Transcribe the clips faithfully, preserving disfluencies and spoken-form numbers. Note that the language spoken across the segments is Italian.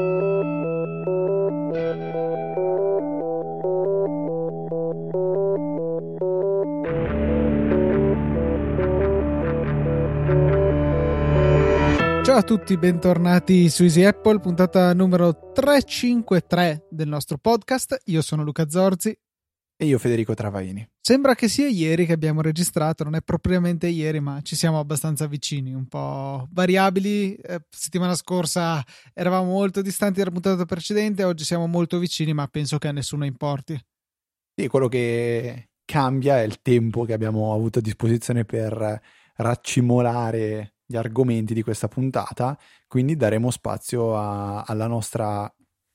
Ciao a tutti, bentornati su Easy Apple, puntata numero trecentocinquantatré del nostro podcast. Io sono Luca Zorzi. E io Federico Travaini. Sembra che sia ieri che abbiamo registrato, non è propriamente ieri, ma ci siamo abbastanza vicini, un po' variabili. Eh, settimana scorsa eravamo molto distanti dalla puntata precedente, oggi siamo molto vicini, ma penso che a nessuno importi. Sì, quello che cambia è il tempo che abbiamo avuto a disposizione per raccimolare gli argomenti di questa puntata, quindi daremo spazio a, alla nostra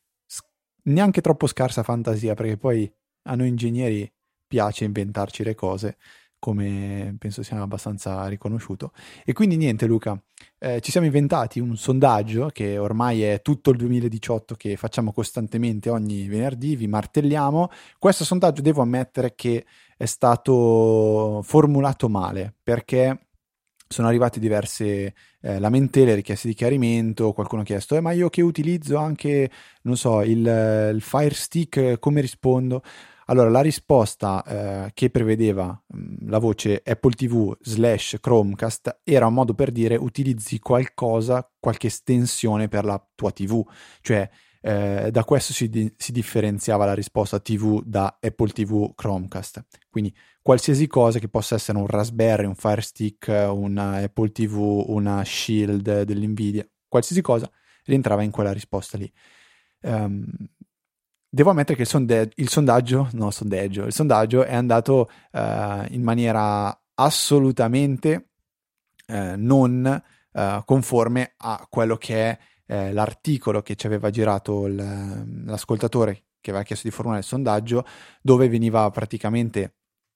neanche troppo scarsa fantasia, perché poi a noi ingegneri piace inventarci le cose, come penso sia abbastanza riconosciuto. E quindi niente, Luca, eh, ci siamo inventati un sondaggio che ormai è tutto il duemiladiciotto che facciamo costantemente ogni venerdì, vi martelliamo. Questo sondaggio devo ammettere che è stato formulato male, perché sono arrivate diverse eh, lamentele, richieste di chiarimento, qualcuno ha chiesto eh, ma io che utilizzo anche, non so, il, il Fire Stick, come rispondo? Allora, la risposta eh, che prevedeva mh, la voce Apple ti vu slash Chromecast era un modo per dire utilizzi qualcosa, qualche estensione per la tua ti vu, cioè eh, da questo si, di- si differenziava la risposta ti vu da Apple ti vu Chromecast. Quindi qualsiasi cosa che possa essere un Raspberry, un Fire Stick, una Apple ti vu, una Shield dell'Nvidia, qualsiasi cosa rientrava in quella risposta lì. Um, Devo ammettere che il, sonde- il sondaggio, no sondaggio, il sondaggio è andato uh, in maniera assolutamente uh, non uh, conforme a quello che è uh, l'articolo che ci aveva girato il, l'ascoltatore che aveva chiesto di formulare il sondaggio, dove veniva praticamente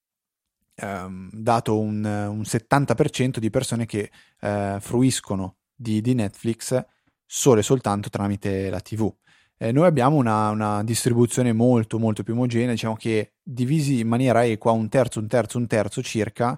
um, dato un, un settanta per cento di persone che uh, fruiscono di, di Netflix solo e soltanto tramite la ti vu. Eh, noi abbiamo una, una distribuzione molto molto più omogenea, diciamo che divisi in maniera equa, un terzo, un terzo, un terzo circa,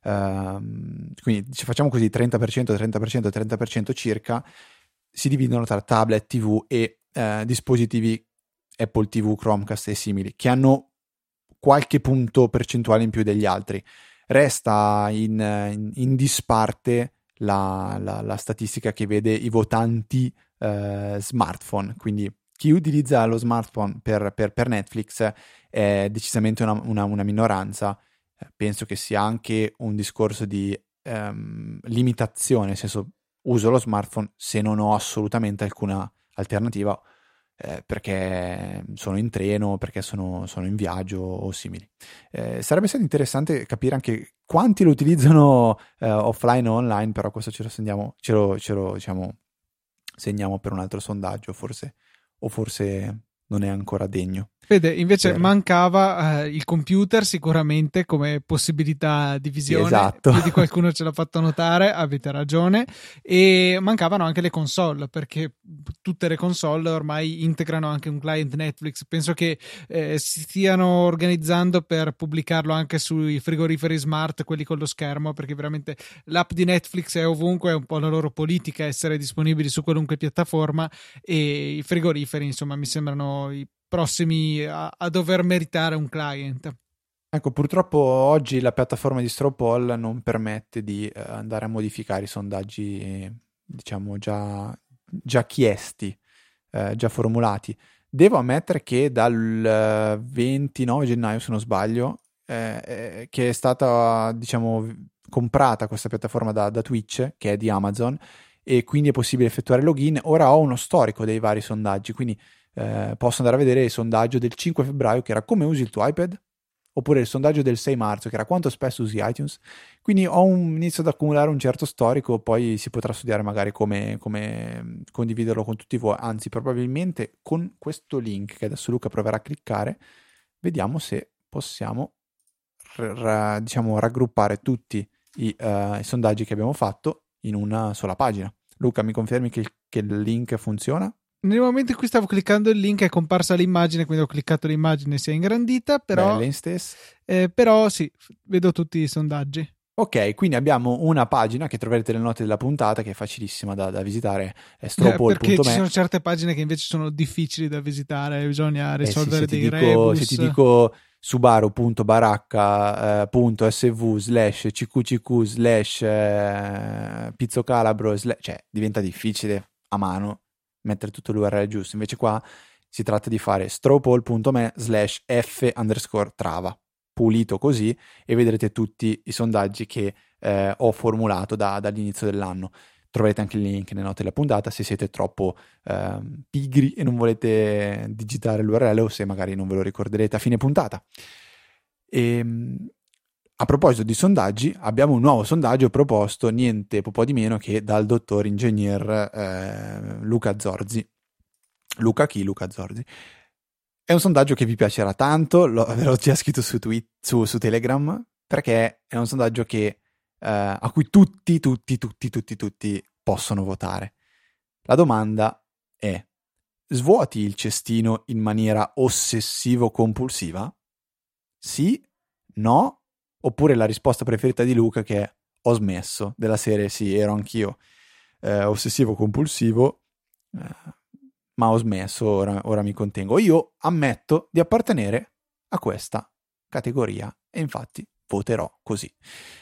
ehm, quindi se facciamo così trenta per cento, trenta per cento, trenta per cento circa, si dividono tra tablet, ti vu e eh, dispositivi Apple ti vu, Chromecast e simili, che hanno qualche punto percentuale in più degli altri. Resta in, in, in disparte la, la, la statistica che vede i votanti eh, smartphone, quindi chi utilizza lo smartphone per, per, per Netflix è decisamente una, una, una minoranza. Eh, penso che sia anche un discorso di ehm, limitazione, nel senso uso lo smartphone se non ho assolutamente alcuna alternativa, eh, perché sono in treno, perché sono, sono in viaggio o simili. Eh, sarebbe stato interessante capire anche quanti lo utilizzano eh, offline o online, però questo ce lo segniamo, ce lo, ce lo diciamo, segniamo per un altro sondaggio, forse. O forse non è ancora degno. Fede, invece per... mancava eh, il computer sicuramente come possibilità di visione, sì, esatto. Più di qualcuno ce l'ha fatto notare, avete ragione, e mancavano anche le console, perché tutte le console ormai integrano anche un client Netflix. Penso che eh, si stiano organizzando per pubblicarlo anche sui frigoriferi smart, quelli con lo schermo, perché veramente l'app di Netflix è ovunque, è un po' la loro politica essere disponibili su qualunque piattaforma, e i frigoriferi insomma mi sembrano i prossimi a, a dover meritare un client. Ecco, purtroppo oggi la piattaforma di Straw Poll non permette di eh, andare a modificare i sondaggi, diciamo, già, già chiesti, eh, già formulati. Devo ammettere che dal ventinove gennaio, se non sbaglio, eh, che è stata, diciamo, comprata questa piattaforma da, da Twitch, che è di Amazon, e quindi è possibile effettuare login. Ora ho uno storico dei vari sondaggi, quindi Eh, posso andare a vedere il sondaggio del cinque febbraio che era come usi il tuo iPad, oppure il sondaggio del sei marzo che era quanto spesso usi iTunes. Quindi ho un, inizio ad accumulare un certo storico, poi si potrà studiare magari come, come condividerlo con tutti voi, anzi probabilmente con questo link che adesso Luca proverà a cliccare vediamo se possiamo r- r- diciamo raggruppare tutti i, uh, i sondaggi che abbiamo fatto in una sola pagina. Luca, mi confermi che il, che il link funziona? Nel momento in cui stavo cliccando il link è comparsa l'immagine, quindi ho cliccato l'immagine, si è ingrandita, però, Beh, lei stessa. Eh, però sì, vedo tutti i sondaggi. Ok, quindi abbiamo una pagina che troverete nelle note della puntata, che è facilissima da, da visitare, è Eh, stropole perché punto ci me. sono certe pagine che invece sono difficili da visitare, bisogna Eh sì, risolvere se ti dei dico, se rebus. ti dico subaru.baracca.sv slash cqcq slash eh, pizzocalabro slash, cioè diventa difficile a mano mettere tutto l'U R L giusto. Invece qua si tratta di fare stropole.me slash f underscore trava, pulito così, e vedrete tutti i sondaggi che eh, ho formulato da, dall'inizio dell'anno. Troverete anche il link nelle note della puntata se siete troppo eh, pigri e non volete digitare l'U R L, o se magari non ve lo ricorderete a fine puntata. E, a proposito di sondaggi, abbiamo un nuovo sondaggio proposto niente po' di meno che dal dottor ingegner eh, Luca Zorzi. Luca chi? Luca Zorzi. È un sondaggio che vi piacerà tanto, lo, ve l'ho già scritto su, tweet, su, su Telegram, perché è un sondaggio che Uh, a cui tutti, tutti, tutti, tutti, tutti possono votare. La domanda è: svuoti il cestino in maniera ossessivo-compulsiva? Sì? No? Oppure la risposta preferita di Luca, che è ho smesso, della serie sì, ero anch'io eh, ossessivo-compulsivo, eh, ma ho smesso, ora, ora mi contengo. Io ammetto di appartenere a questa categoria e infatti voterò così,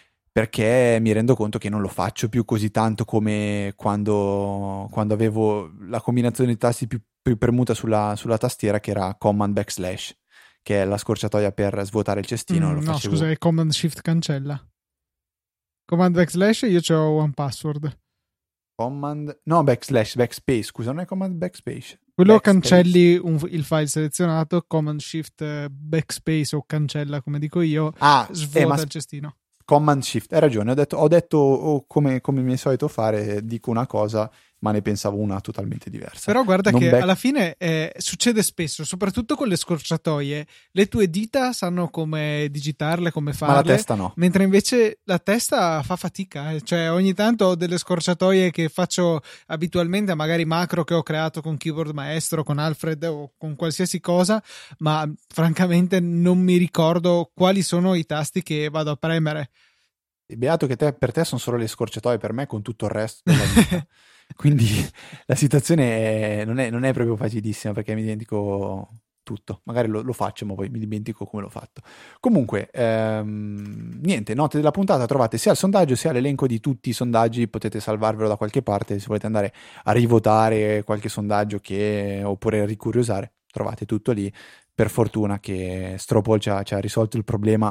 perché mi rendo conto che non lo faccio più così tanto come quando, quando avevo la combinazione di tasti più, più premuta sulla, sulla tastiera, che era Command Backslash, che è la scorciatoia per svuotare il cestino. Mm, lo no, facevo... scusa, è Command Shift cancella. Command Backslash, io c'ho One Password. Command... No, Backslash, Backspace, scusa, non è Command Backspace. Quello Backspace. cancelli un, il file selezionato, Command Shift Backspace o cancella, come dico io, ah, svuota eh, ma... il cestino. Command Shift, hai ragione, ho detto, ho detto oh, come, come mi è solito fare, dico una cosa, ma ne pensavo una totalmente diversa. Però guarda non che back... alla fine eh, succede spesso, soprattutto con le scorciatoie, le tue dita sanno come digitarle, come farle, ma la testa no. Mentre invece la testa fa fatica, eh. Cioè ogni tanto ho delle scorciatoie che faccio abitualmente, magari macro che ho creato con Keyboard Maestro, con Alfred o con qualsiasi cosa, ma francamente non mi ricordo quali sono i tasti che vado a premere. Beato che te, per te sono solo le scorciatoie, per me con tutto il resto della vita. Quindi la situazione è, non, è, non è proprio facilissima, perché mi dimentico tutto. Magari lo, lo faccio, ma poi mi dimentico come l'ho fatto. Comunque, ehm, niente, note della puntata, trovate sia il sondaggio sia l'elenco di tutti i sondaggi, potete salvarvelo da qualche parte se volete andare a rivotare qualche sondaggio che, oppure ricuriosare, trovate tutto lì. Per fortuna che Stropol ci ha, ci ha risolto il problema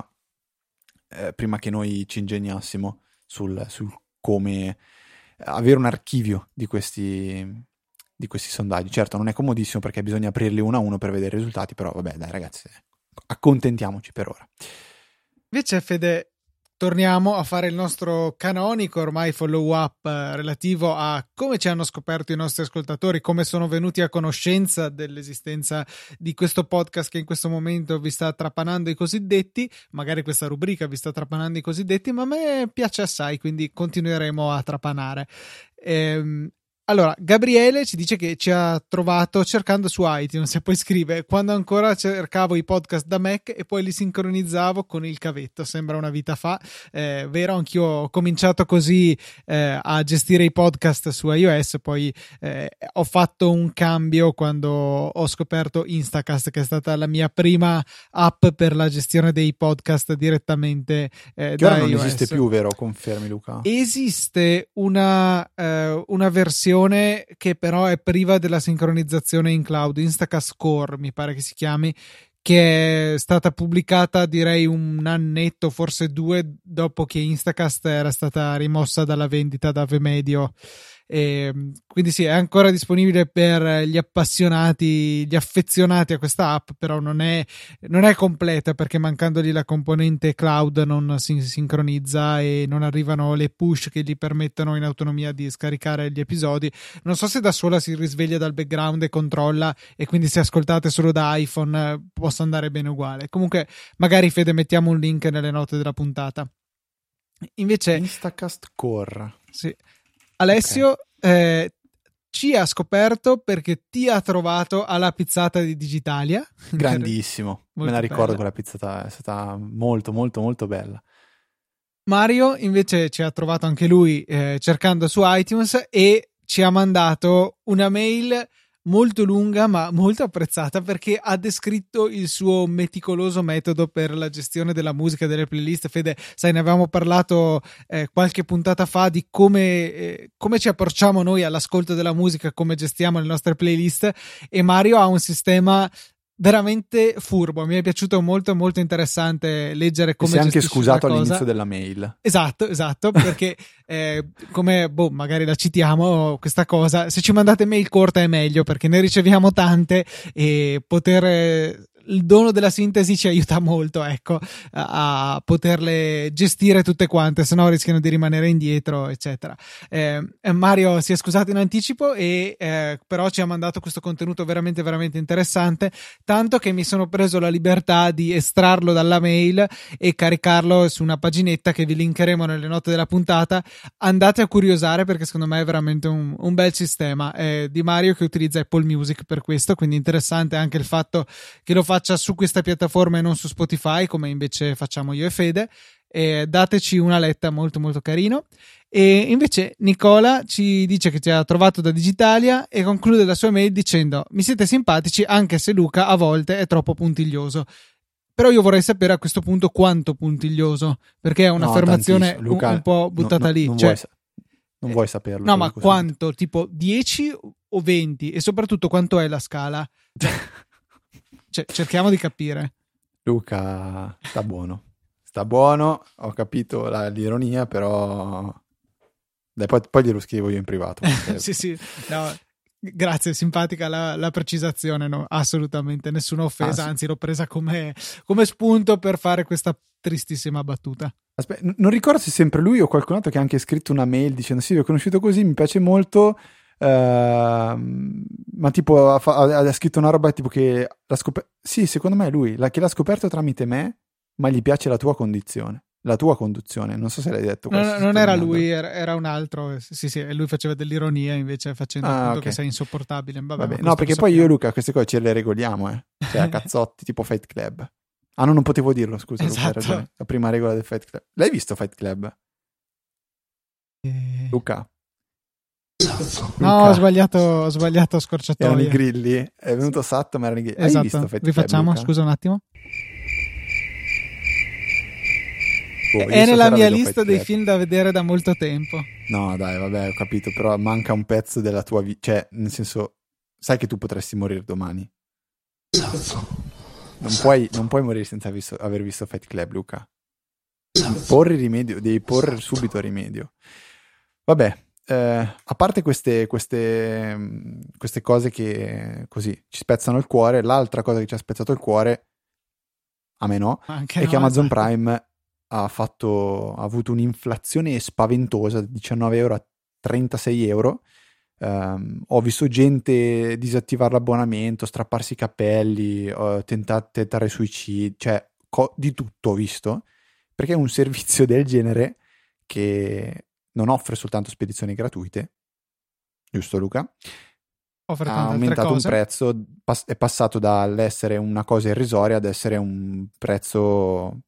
eh, prima che noi ci ingegnassimo sul, sul come avere un archivio di questi, di questi sondaggi. Certo, non è comodissimo perché bisogna aprirli uno a uno per vedere i risultati, però vabbè, dai ragazzi, accontentiamoci per ora. Invece, Fede, torniamo a fare il nostro canonico ormai follow up relativo a come ci hanno scoperto i nostri ascoltatori, come sono venuti a conoscenza dell'esistenza di questo podcast che in questo momento vi sta trapanando i cosiddetti. Magari questa rubrica vi sta trapanando i cosiddetti, ma a me piace assai, quindi continueremo a trapanare. Ehm, Allora, Gabriele ci dice che ci ha trovato cercando su iTunes e poi scrive: quando ancora cercavo i podcast da Mac e poi li sincronizzavo con il cavetto, sembra una vita fa. Eh, vero, anch'io ho cominciato così eh, a gestire i podcast su iOS, poi eh, ho fatto un cambio quando ho scoperto Instacast, che è stata la mia prima app per la gestione dei podcast direttamente eh, che ora da non iOS. esiste più, vero? Confermi, Luca? Esiste una, eh, una versione che però è priva della sincronizzazione in cloud, Instacast Core mi pare che si chiami, che è stata pubblicata direi un annetto, forse due, dopo che Instacast era stata rimossa dalla vendita da Vemedio. E quindi sì, è ancora disponibile per gli appassionati, gli affezionati a questa app, però non è, non è completa, perché mancandogli la componente cloud non si sincronizza e non arrivano le push che gli permettono in autonomia di scaricare gli episodi. Non so se da sola si risveglia dal background e controlla, e quindi se ascoltate solo da iPhone possa andare bene uguale. Comunque magari, Fede, mettiamo un link nelle note della puntata. Invece Instacast Core, sì. Alessio okay. eh, ci ha scoperto perché ti ha trovato alla pizzata di Digitalia. Grandissimo, me la ricordo, bella. Quella pizzata è stata molto molto molto bella. Mario invece ci ha trovato anche lui eh, cercando su iTunes e ci ha mandato una mail molto lunga ma molto apprezzata, perché ha descritto il suo meticoloso metodo per la gestione della musica e delle playlist. Fede, sai, ne avevamo parlato eh, qualche puntata fa di come, eh, come ci approcciamo noi all'ascolto della musica, come gestiamo le nostre playlist, e Mario ha un sistema veramente furbo. Mi è piaciuto molto, molto interessante leggere come si è anche gestisce scusato la cosa. all'inizio della mail. Esatto, esatto, perché eh, come, boh, magari la citiamo questa cosa, se ci mandate mail corta è meglio, perché ne riceviamo tante e poter... Eh, il dono della sintesi ci aiuta molto, ecco, a, a poterle gestire tutte quante, se no rischiano di rimanere indietro, eccetera. Eh, Mario si è scusato in anticipo e eh, però ci ha mandato questo contenuto veramente veramente interessante, tanto che mi sono preso la libertà di estrarlo dalla mail e caricarlo su una paginetta che vi linkeremo nelle note della puntata. Andate a curiosare, perché secondo me è veramente un, un bel sistema. È di Mario, che utilizza Apple Music per questo, quindi interessante anche il fatto che lo faccia su questa piattaforma e non su Spotify, come invece facciamo io e Fede. E dateci una letta, molto molto carino. E invece Nicola ci dice che ci ha trovato da Digitalia e conclude la sua mail dicendo: mi siete simpatici anche se Luca a volte è troppo puntiglioso. Però io vorrei sapere a questo punto quanto puntiglioso, perché è un'affermazione no, Luca, un, un po' buttata no, no, lì. Non, cioè, vuoi, non vuoi saperlo. No, ma quanto? Tipo dieci o venti? E soprattutto quanto è la scala? Cioè, cioè, cerchiamo di capire. Luca sta buono. Sta buono, ho capito la, l'ironia, però... Dai, poi, poi glielo scrivo io in privato. Sì, sì. No, grazie, simpatica la, la precisazione, no, assolutamente, nessuna offesa, ah, sì. Anzi l'ho presa come, come spunto per fare questa tristissima battuta. Aspetta, non ricordo se sempre lui o qualcun altro che ha anche scritto una mail dicendo: sì, vi ho conosciuto così, mi piace molto, uh, ma tipo ha, ha, ha scritto una roba tipo che l'ha scoperto, sì, secondo me è lui, la, che l'ha scoperto tramite me, ma gli piace la tua condizione. La tua conduzione, non so se l'hai detto. No, non era lui, era, era un altro. Sì, sì, e lui faceva dell'ironia invece, facendo ah, appunto okay. che sei insopportabile. Vabbè, Vabbè, no, perché poi io e Luca queste cose ce le regoliamo, eh. Cioè a cazzotti, tipo Fight Club. Ah, no, non potevo dirlo, scusa, esatto. Luca, hai ragione. La prima regola del Fight Club. L'hai visto Fight Club? E... Luca? No, Luca. ho sbagliato, ho sbagliato scorciatoia. Erano i grilli, è venuto Satto, ma erano i grilli. Esatto. Hai visto Fight Rifacciamo, Club, Luca? scusa un attimo. Oh, è nella mia lista dei film da vedere da molto tempo. No, dai, vabbè, ho capito, però manca un pezzo della tua vita. Cioè, nel senso, sai che tu potresti morire domani. Non puoi, non puoi morire senza visto, aver visto Fight Club, Luca. Devi porre rimedio, devi porre subito rimedio. Vabbè, eh, a parte queste, queste, queste cose che così ci spezzano il cuore, l'altra cosa che ci ha spezzato il cuore, a me no, Anche è no, che Amazon esatto. Prime ha fatto ha avuto un'inflazione spaventosa, da diciannove euro a trentasei euro. Um, ho visto gente disattivare l'abbonamento, strapparsi i capelli, uh, tentare, tentare suicidi, cioè co- di tutto ho visto, perché è un servizio del genere che non offre soltanto spedizioni gratuite, giusto Luca? Offre ha aumentato un prezzo, pass- è passato dall'essere una cosa irrisoria ad essere un prezzo,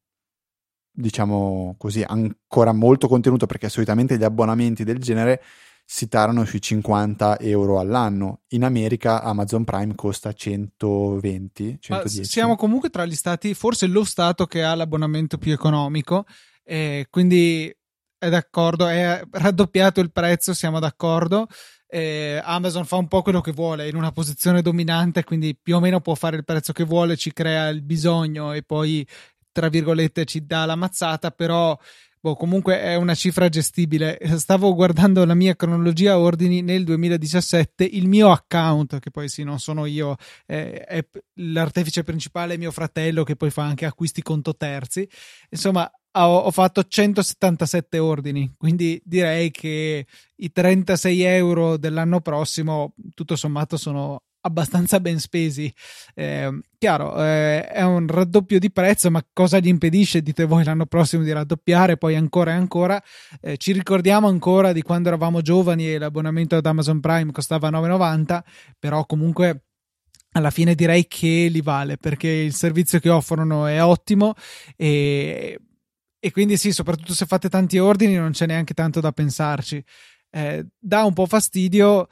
diciamo così, ancora molto contenuto, perché solitamente gli abbonamenti del genere si tarano sui cinquanta euro all'anno. In America Amazon Prime costa centoventi, centodieci. Ma siamo comunque tra gli stati, forse lo stato che ha l'abbonamento più economico, eh, quindi è d'accordo, è raddoppiato il prezzo, siamo d'accordo. Eh, Amazon fa un po' quello che vuole, è in una posizione dominante, quindi più o meno può fare il prezzo che vuole, ci crea il bisogno e poi tra virgolette ci dà la mazzata, però boh, comunque è una cifra gestibile. Stavo guardando la mia cronologia ordini nel duemiladiciassette, il mio account, che poi sì, non sono io, eh, è l'artefice principale, è mio fratello, che poi fa anche acquisti conto terzi, insomma ho, ho fatto centosettantasette ordini, quindi direi che i trentasei euro dell'anno prossimo tutto sommato sono abbastanza ben spesi. Eh, chiaro, eh, è un raddoppio di prezzo, ma cosa gli impedisce, dite voi, l'anno prossimo di raddoppiare, poi ancora e ancora. Eh, ci ricordiamo ancora di quando eravamo giovani e l'abbonamento ad Amazon Prime costava nove e novanta, però comunque alla fine direi che li vale, perché il servizio che offrono è ottimo e E quindi sì, soprattutto se fate tanti ordini non c'è neanche tanto da pensarci. Eh, dà un po' fastidio,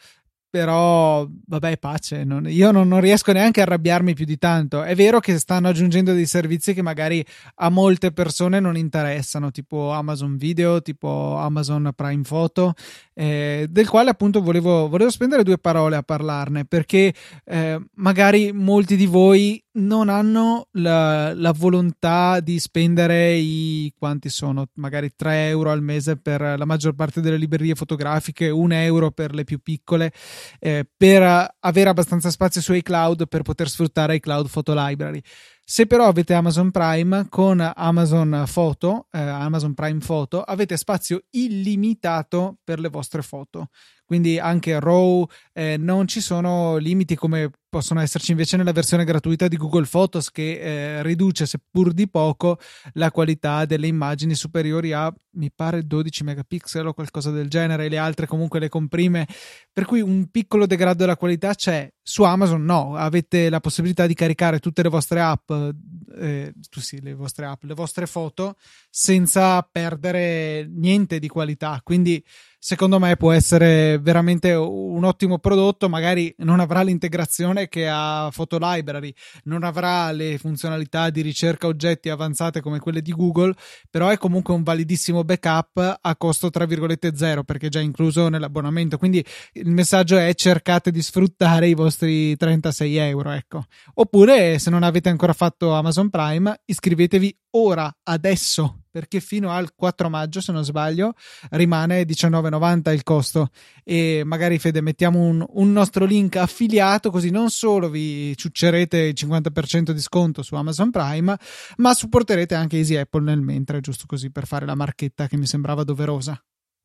però vabbè, pace, non, io non, non riesco neanche a arrabbiarmi più di tanto. È vero che stanno aggiungendo dei servizi che magari a molte persone non interessano, tipo Amazon Video, tipo Amazon Prime Photo, eh, del quale appunto volevo, volevo spendere due parole a parlarne, perché eh, magari molti di voi non hanno la, la volontà di spendere i quanti sono, magari tre euro al mese per la maggior parte delle librerie fotografiche, un euro per le più piccole, eh, per avere abbastanza spazio su iCloud per poter sfruttare iCloud Photo Library. Se però avete Amazon Prime, con Amazon Photo, eh, Amazon Prime Photo, avete spazio illimitato per le vostre foto. Quindi anche RAW, eh, non ci sono limiti come possono esserci invece nella versione gratuita di Google Photos, che eh, riduce, seppur di poco, la qualità delle immagini superiori a, mi pare, dodici megapixel o qualcosa del genere. Le altre comunque le comprime, per cui un piccolo degrado della qualità c'è. Su Amazon no, avete la possibilità di caricare tutte le vostre app, eh, sì, le vostre app, le vostre foto, senza perdere niente di qualità. Quindi secondo me può essere veramente un ottimo prodotto. Magari non avrà l'integrazione che ha Photo Library, non avrà le funzionalità di ricerca oggetti avanzate come quelle di Google, però è comunque un validissimo backup a costo tra virgolette zero, perché è già incluso nell'abbonamento. Quindi il messaggio è: cercate di sfruttare i vostri trentasei euro, ecco. Oppure, se non avete ancora fatto Amazon Prime, iscrivetevi ora, adesso, perché fino al quattro maggio, se non sbaglio, rimane diciannove e novanta il costo. E magari, Fede, mettiamo un, un nostro link affiliato, così non solo vi ciuccerete il cinquanta per cento di sconto su Amazon Prime, ma supporterete anche Easy Apple nel mentre, giusto così per fare la marchetta che mi sembrava doverosa.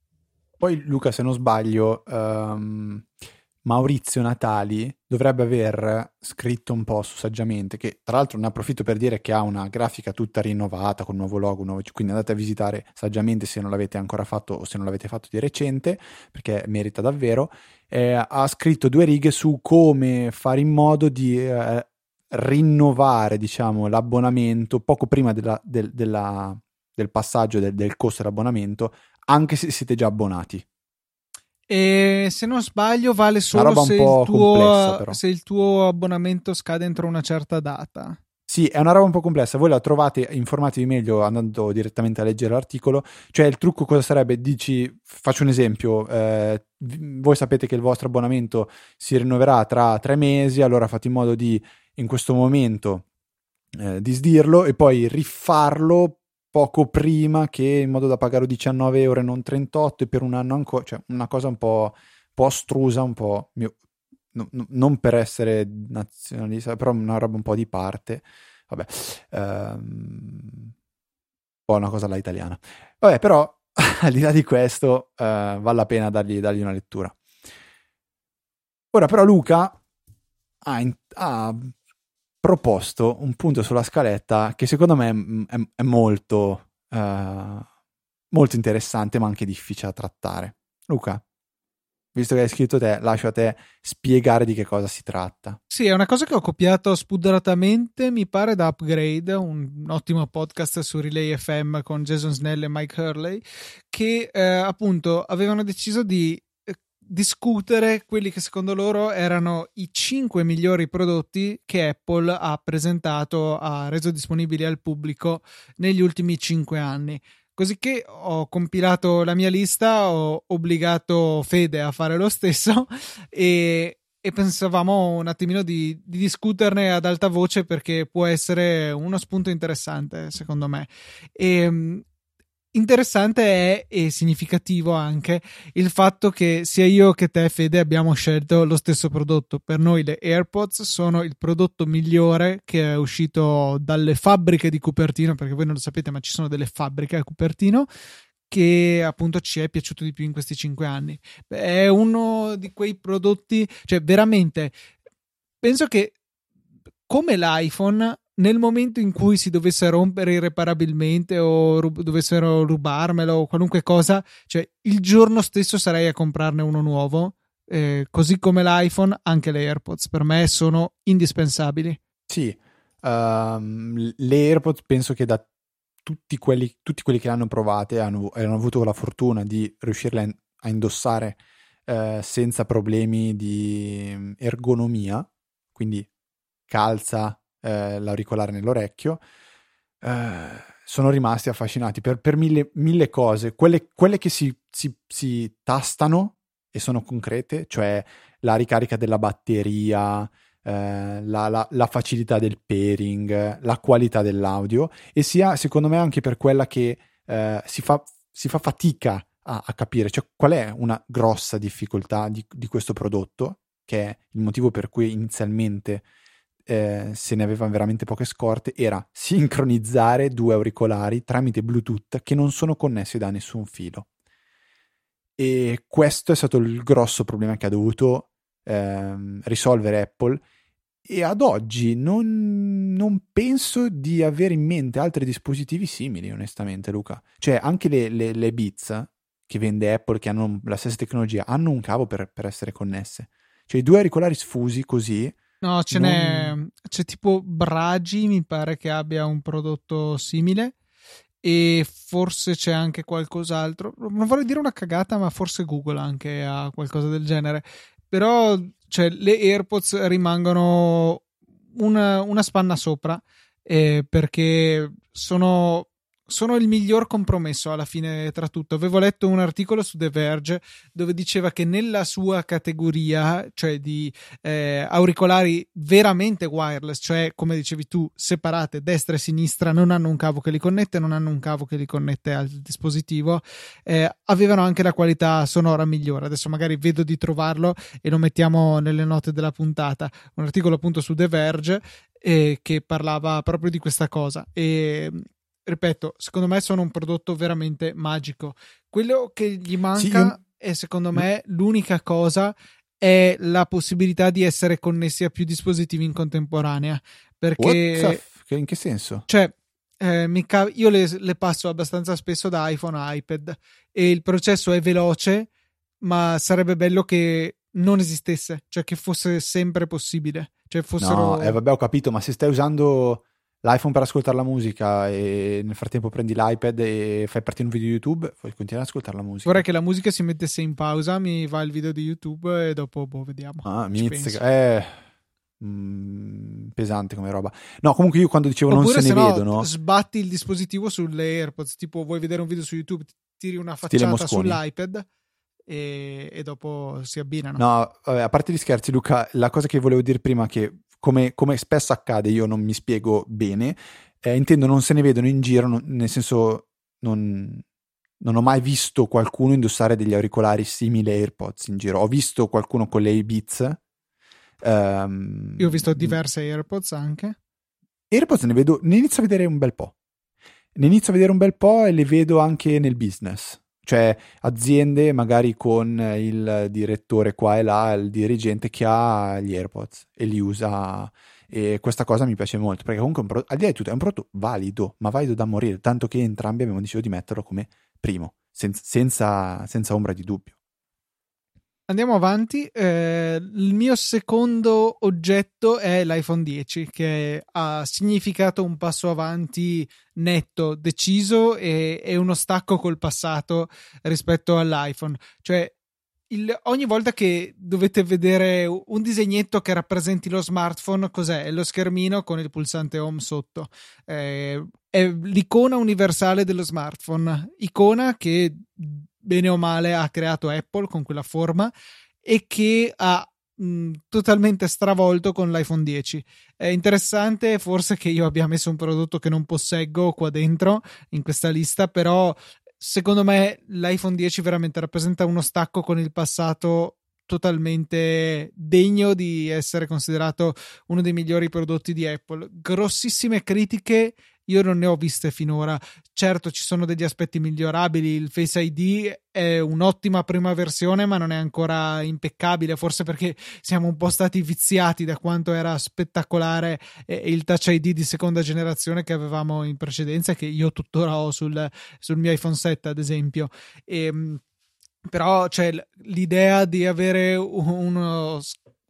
Poi, Luca, se non sbaglio, um, Maurizio Natali dovrebbe aver scritto un post su Saggiamente, che tra l'altro ne approfitto per dire che ha una grafica tutta rinnovata con nuovo logo, nuovo, quindi andate a visitare Saggiamente se non l'avete ancora fatto o se non l'avete fatto di recente, perché merita davvero. Eh, ha scritto due righe su come fare in modo di eh, rinnovare, diciamo, l'abbonamento poco prima della, del, della, del passaggio del, del costo dell'abbonamento, anche se siete già abbonati. E se non sbaglio vale solo se il, tuo, se il tuo abbonamento scade entro una certa data. Sì, è una roba un po' complessa. Voi la trovate, informatevi meglio andando direttamente a leggere l'articolo. Cioè, il trucco cosa sarebbe? Dici, faccio un esempio, eh, voi sapete che il vostro abbonamento si rinnoverà tra tre mesi, allora fate in modo di, in questo momento, eh, disdirlo e poi rifarlo poco prima, che in modo da pagare diciannove euro e non trentotto, e per un anno ancora, cioè una cosa un po', un po' astrusa, un po' mio, no, no, non per essere nazionalista, però una roba un po' di parte, vabbè, ehm, un po' una cosa alla italiana. Vabbè, però al di là di questo eh, vale la pena dargli, dargli una lettura. Ora però Luca ha, in, ha proposto un punto sulla scaletta che secondo me è, è molto uh, molto interessante, ma anche difficile da trattare. Luca, visto che hai scritto te, lascio a te spiegare di che cosa si tratta. Sì, è una cosa che ho copiato spudratamente, mi pare, da Upgrade, un ottimo podcast su Relay F M con Jason Snell e Mike Hurley, che eh, appunto avevano deciso di discutere quelli che secondo loro erano i cinque migliori prodotti che Apple ha presentato, ha reso disponibili al pubblico negli ultimi cinque anni. Così che ho compilato la mia lista, ho obbligato Fede a fare lo stesso e, e pensavamo un attimino di, di discuterne ad alta voce, perché può essere uno spunto interessante secondo me. E interessante è, e significativo anche, il fatto che sia io che te, Fede, abbiamo scelto lo stesso prodotto. Per noi le AirPods sono il prodotto migliore che è uscito dalle fabbriche di Cupertino, perché voi non lo sapete, ma ci sono delle fabbriche a Cupertino, che appunto ci è piaciuto di più in questi cinque anni. È uno di quei prodotti, cioè veramente, penso che come l'iPhone, nel momento in cui si dovesse rompere irreparabilmente o rub- dovessero rubarmelo o qualunque cosa, cioè il giorno stesso sarei a comprarne uno nuovo. Eh, così come l'iPhone, anche le AirPods per me sono indispensabili. Sì, um, le AirPods penso che da tutti quelli, tutti quelli che l'hanno provate hanno, hanno avuto la fortuna di riuscirle a, a indossare eh, senza problemi di ergonomia, quindi calza eh, l'auricolare nell'orecchio, eh, sono rimasti affascinati per, per mille, mille cose, quelle, quelle che si, si, si tastano e sono concrete, cioè la ricarica della batteria, eh, la, la, la facilità del pairing, la qualità dell'audio, e sia secondo me anche per quella che eh, si, fa, si fa fatica a, a capire, cioè qual è una grossa difficoltà di, di questo prodotto, che è il motivo per cui inizialmente eh, se ne aveva veramente poche scorte, era sincronizzare due auricolari tramite Bluetooth che non sono connessi da nessun filo. E questo è stato il grosso problema che ha dovuto ehm, risolvere Apple, e ad oggi non, non penso di avere in mente altri dispositivi simili, onestamente, Luca. Cioè anche le, le, le Beats che vende Apple, che hanno la stessa tecnologia, hanno un cavo per, per essere connesse. Cioè i due auricolari sfusi così. No, ce non... n'è, c'è tipo Bragi, mi pare che abbia un prodotto simile, e forse c'è anche qualcos'altro. Non vorrei dire una cagata, ma forse Google anche ha qualcosa del genere. Però, cioè, le AirPods rimangono una, una spanna sopra, eh, perché sono, sono il miglior compromesso alla fine tra tutto. Avevo letto un articolo su The Verge dove diceva che nella sua categoria, cioè di eh, auricolari veramente wireless, cioè come dicevi tu, separate destra e sinistra, non hanno un cavo che li connette, non hanno un cavo che li connette al dispositivo, eh, avevano anche la qualità sonora migliore. Adesso magari vedo di trovarlo e lo mettiamo nelle note della puntata, un articolo appunto su The Verge eh, che parlava proprio di questa cosa. E ripeto, secondo me sono un prodotto veramente magico. Quello che gli manca, sì, io... è secondo me l'unica cosa è la possibilità di essere connessi a più dispositivi in contemporanea, perché in che senso? Cioè eh, mi ca- io le, le passo abbastanza spesso da iPhone a iPad e il processo è veloce, ma sarebbe bello che non esistesse, cioè che fosse sempre possibile, cioè fossero... No, eh, vabbè, ho capito, ma se stai usando l'iPhone per ascoltare la musica e nel frattempo prendi l'iPad e fai partire un video di YouTube, puoi continuare ad ascoltare la musica. Vorrei che la musica si mettesse in pausa, mi va il video di YouTube e dopo boh, vediamo. Ah, mi inizia... È mm, pesante come roba. No, comunque io quando dicevo oppure non se ne no, vedono... sbatti il dispositivo sulle AirPods, tipo vuoi vedere un video su YouTube, tiri una facciata sull'iPad e, e dopo si abbinano. No, vabbè, a parte gli scherzi, Luca, la cosa che volevo dire prima, che come, come spesso accade, io non mi spiego bene, eh, intendo non se ne vedono in giro, non, nel senso non, non ho mai visto qualcuno indossare degli auricolari simili ai AirPods in giro. Ho visto qualcuno con le Beats. Um, io ho visto diverse AirPods anche. AirPods ne vedo, ne inizio a vedere un bel po'. Ne inizio a vedere un bel po' e le vedo anche nel business. Cioè aziende magari con il direttore qua e là, il dirigente che ha gli AirPods e li usa, e questa cosa mi piace molto, perché comunque un pro- al di là di tutto è un prodotto valido, ma valido da morire, tanto che entrambi abbiamo deciso di metterlo come primo, senza, senza, senza ombra di dubbio. Andiamo avanti. Eh, il mio secondo oggetto è l'iPhone dieci, che ha significato un passo avanti netto, deciso, e, e uno stacco col passato rispetto all'iPhone. Cioè, il, ogni volta che dovete vedere un disegnetto che rappresenti lo smartphone, cos'è? È lo schermino con il pulsante home sotto. Eh, è l'icona universale dello smartphone, icona che bene o male ha creato Apple con quella forma e che ha mh, totalmente stravolto con l'iPhone dieci. È interessante forse che io abbia messo un prodotto che non posseggo qua dentro in questa lista, però secondo me l'iPhone dieci veramente rappresenta uno stacco con il passato totalmente degno di essere considerato uno dei migliori prodotti di Apple. Grossissime critiche io non ne ho viste finora. Certo, ci sono degli aspetti migliorabili, il Face I D è un'ottima prima versione ma non è ancora impeccabile, forse perché siamo un po' stati viziati da quanto era spettacolare il Touch I D di seconda generazione che avevamo in precedenza, che io tuttora ho sul, sul mio iPhone sette ad esempio. E però c'è l'idea di avere uno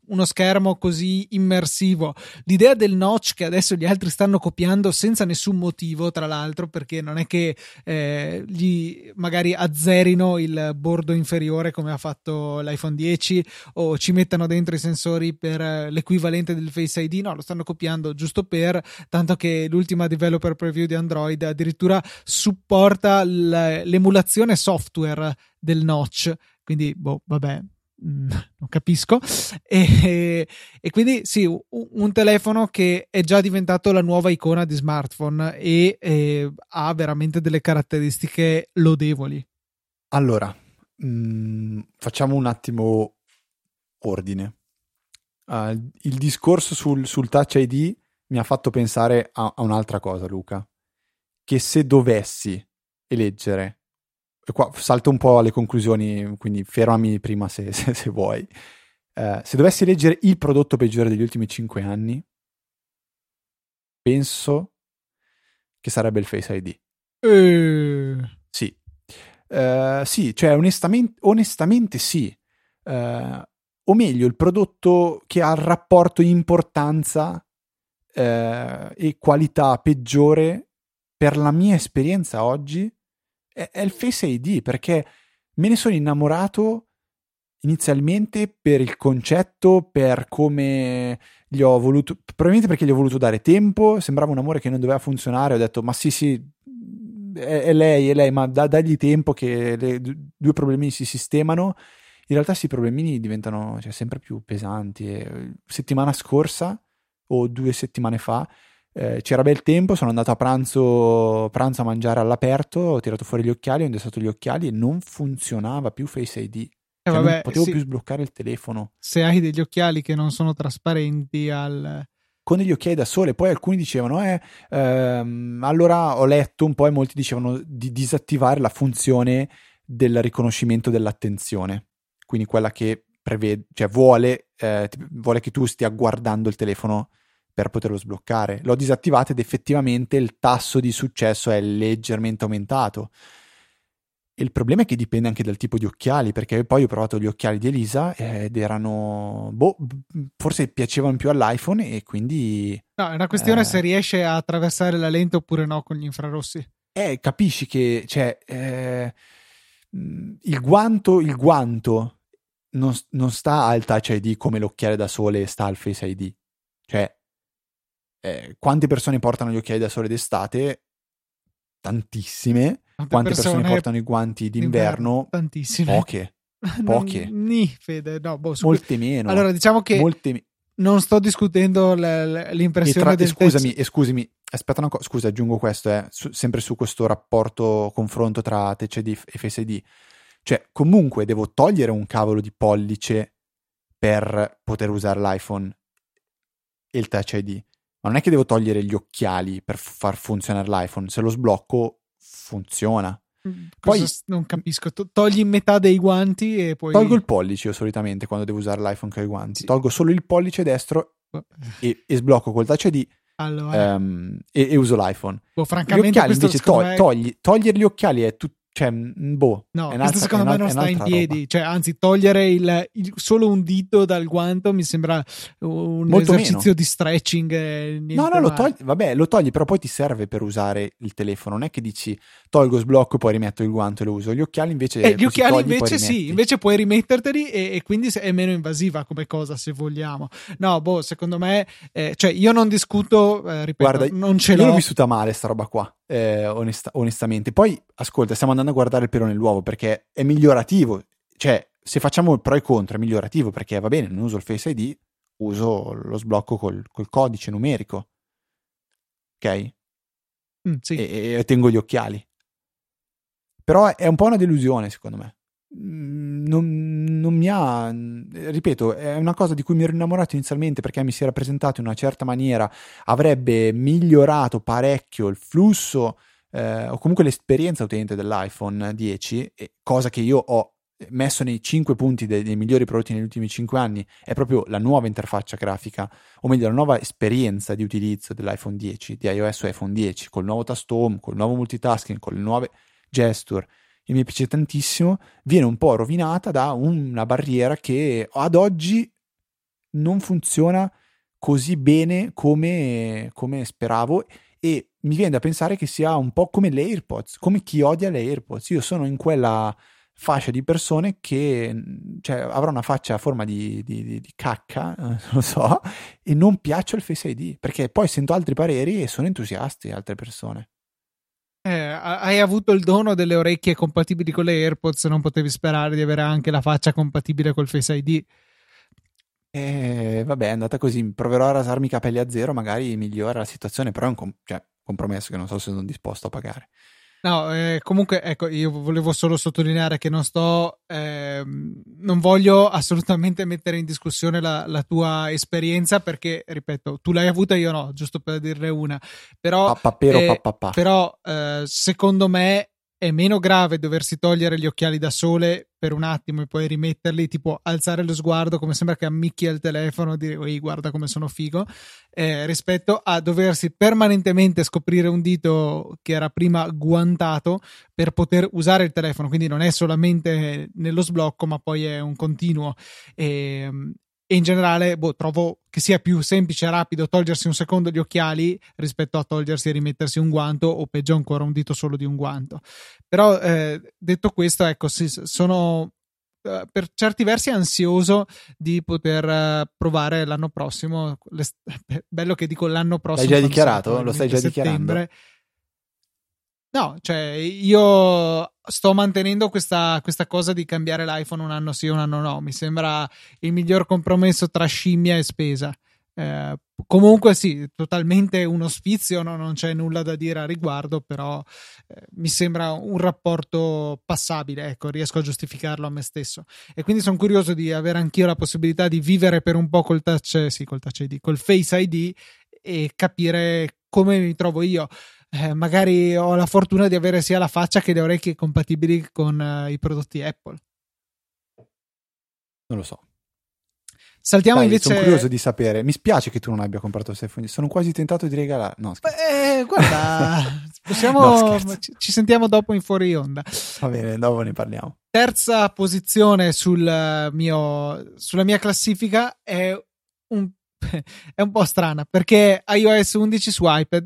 uno schermo così immersivo. L'idea del notch che adesso gli altri stanno copiando senza nessun motivo, tra l'altro, perché non è che eh, gli magari azzerino il bordo inferiore come ha fatto l'iPhone dieci o ci mettano dentro i sensori per l'equivalente del Face I D. No, lo stanno copiando giusto per, tanto che l'ultima developer preview di Android addirittura supporta l'emulazione software del notch, quindi boh, vabbè, non capisco. E, e quindi sì, un, un telefono che è già diventato la nuova icona di smartphone e, e ha veramente delle caratteristiche lodevoli. Allora, mh, facciamo un attimo ordine. Uh, il discorso sul, sul Touch I D mi ha fatto pensare a, a un'altra cosa, Luca, che se dovessi eleggere, e qua salto un po' alle conclusioni, quindi fermami prima se, se, se vuoi, uh, se dovessi eleggere il prodotto peggiore degli ultimi cinque anni, penso che sarebbe il Face I D. Uh. Sì, uh, sì, cioè onestamente, onestamente sì. Uh, o meglio, il prodotto che ha il rapporto importanza eh, e qualità peggiore per la mia esperienza oggi è, è il Face I D, perché me ne sono innamorato inizialmente per il concetto, per come gli ho voluto, probabilmente perché gli ho voluto dare tempo, sembrava un amore che non doveva funzionare, ho detto ma sì sì, è, è lei, è lei, ma da, dagli tempo che le due problemi si sistemano. In realtà questi problemini diventano, cioè, sempre più pesanti. E settimana scorsa o due settimane fa eh, c'era bel tempo, sono andato a pranzo, pranzo a mangiare all'aperto, ho tirato fuori gli occhiali, ho indossato gli occhiali e non funzionava più Face I D. Eh, cioè, vabbè, non potevo sì. più sbloccare il telefono. Se hai degli occhiali che non sono trasparenti al... con degli occhiali da sole, poi alcuni dicevano eh, ehm, allora ho letto un po' e molti dicevano di disattivare la funzione del riconoscimento dell'attenzione, quindi quella che prevede, cioè vuole, eh, vuole che tu stia guardando il telefono per poterlo sbloccare. L'ho disattivata ed effettivamente il tasso di successo è leggermente aumentato. Il problema è che dipende anche dal tipo di occhiali, perché poi ho provato gli occhiali di Elisa ed erano, boh, forse piacevano più all'iPhone e quindi... No, è una questione eh, se riesce a attraversare la lente oppure no con gli infrarossi. Eh, capisci che, cioè, eh, il guanto, il guanto non, non sta al Touch I D come l'occhiale da sole sta al Face I D. Cioè, eh, quante persone portano gli occhiali da sole d'estate? Tantissime. Quante Quante persone, persone portano i guanti d'inverno? Tantissime. Poche. Poche. Ni, Fede, no, boh, su Molte que- meno. Allora, diciamo che Molte me- non sto discutendo l- l- l'impressione tra- del e scusami, touch. e scusami, aspetta una cosa, scusa, aggiungo questo, eh, su- sempre su questo rapporto, confronto tra Touch I D e Face I D. Cioè, comunque devo togliere un cavolo di pollice per poter usare l'iPhone e il Touch I D. Ma non è che devo togliere gli occhiali per far funzionare l'iPhone. Se lo sblocco, funziona. Cosa Poi s- non capisco. To- togli metà dei guanti e poi... tolgo il pollice io solitamente quando devo usare l'iPhone con i guanti. Sì. Tolgo solo il pollice destro e, e sblocco col Touch I D Allora, um, e, e uso l'iPhone. boh, Gli francamente occhiali questo invece secondo to- me... togli, togliere gli occhiali è tutto, cioè, mm, boh, No, è questo secondo me non sta in piedi, roba. cioè anzi togliere il, il- solo un dito dal guanto mi sembra un Molto esercizio meno. di stretching. eh, No, niente no, lo male. togli, vabbè, lo togli, però poi ti serve per usare il telefono. Non è che dici tolgo, sblocco, poi rimetto il guanto e lo uso. Gli occhiali invece Eh, gli così occhiali togli, poi invece rimetti. sì, invece puoi rimetterteli e, e quindi è meno invasiva come cosa se vogliamo. No, boh, secondo me, eh, cioè io non discuto, eh, ripeto, Guarda, non ce io l'ho. l'ho vissuta male sta roba qua, eh, onesta- onestamente. Poi, ascolta, stiamo andando a guardare il pelo nell'uovo perché è migliorativo. Cioè, se facciamo il pro e contro è migliorativo perché va bene, non uso il Face I D, uso lo sblocco col, col codice numerico. Ok? Mm, sì. E, e tengo gli occhiali. Però è un po' una delusione, secondo me. Non, non mi ha, ripeto, è una cosa di cui mi ero innamorato inizialmente perché mi si era presentato in una certa maniera, avrebbe migliorato parecchio il flusso eh, o comunque l'esperienza utente dell'iPhone dieci, cosa che io ho messo nei cinque punti dei, dei migliori prodotti negli ultimi cinque anni, è proprio la nuova interfaccia grafica, o meglio la nuova esperienza di utilizzo dell'iPhone dieci, di iOS o iPhone dieci, col nuovo tasto home, col nuovo multitasking, con le nuove gesture, e mi piace tantissimo, viene un po' rovinata da una barriera che ad oggi non funziona così bene come, come speravo, e mi viene da pensare che sia un po' come le AirPods, come chi odia le AirPods. Io sono in quella fascia di persone che, cioè, avrà una faccia a forma di, di, di, di cacca, non lo so, e non piaccio il Face I D, perché poi sento altri pareri e sono entusiasti altre persone. Eh, hai avuto il dono delle orecchie compatibili con le AirPods, non potevi sperare di avere anche la faccia compatibile col Face I D. E vabbè, è andata così. Proverò a rasarmi i capelli a zero, magari migliora la situazione, però è un com- cioè, compromesso che non so se sono disposto a pagare. No, eh, comunque, ecco, io volevo solo sottolineare che non sto, ehm, non voglio assolutamente mettere in discussione la, la tua esperienza, perché, ripeto, tu l'hai avuta, io no, giusto per dirne una. Però, Pappapero, eh, pappapà. però eh, secondo me è meno grave doversi togliere gli occhiali da sole per un attimo e poi rimetterli, tipo alzare lo sguardo come sembra che ammicchi al telefono e dire "Ui, guarda come sono figo", eh, rispetto a doversi permanentemente scoprire un dito che era prima guantato per poter usare il telefono. Quindi non è solamente nello sblocco, ma poi è un continuo. E, e in generale, boh, trovo che sia più semplice e rapido togliersi un secondo gli occhiali rispetto a togliersi e rimettersi un guanto, o peggio ancora un dito solo di un guanto. Però eh, detto questo, ecco, sì, sono eh, per certi versi ansioso di poter eh, provare l'anno prossimo. Bello che dico l'anno prossimo. L'hai già dichiarato? Lo stai già settembre. dichiarando? No, cioè io sto mantenendo questa, questa cosa di cambiare l'iPhone un anno sì, un anno no. Mi sembra il miglior compromesso tra scimmia e spesa. Eh, comunque sì, totalmente uno sfizio, no? Non c'è nulla da dire a riguardo, però eh, mi sembra un rapporto passabile, ecco, riesco a giustificarlo a me stesso. E quindi sono curioso di avere anch'io la possibilità di vivere per un po' col touch, sì, col touch I D, col Face I D, e capire come mi trovo io. Eh, magari ho la fortuna di avere sia la faccia che le orecchie compatibili con uh, i prodotti Apple. Non lo so. Saltiamo Dai, invece. Sono curioso di sapere. Mi spiace che tu non abbia comprato il iPhone. Sono quasi tentato di regalare. No, scherzo. Eh, guarda, possiamo. No, ci, ci sentiamo dopo in fuori onda. Va bene, dopo ne parliamo. Terza posizione sul mio, sulla mia classifica è un, è un po' strana, perché iOS undici su iPad.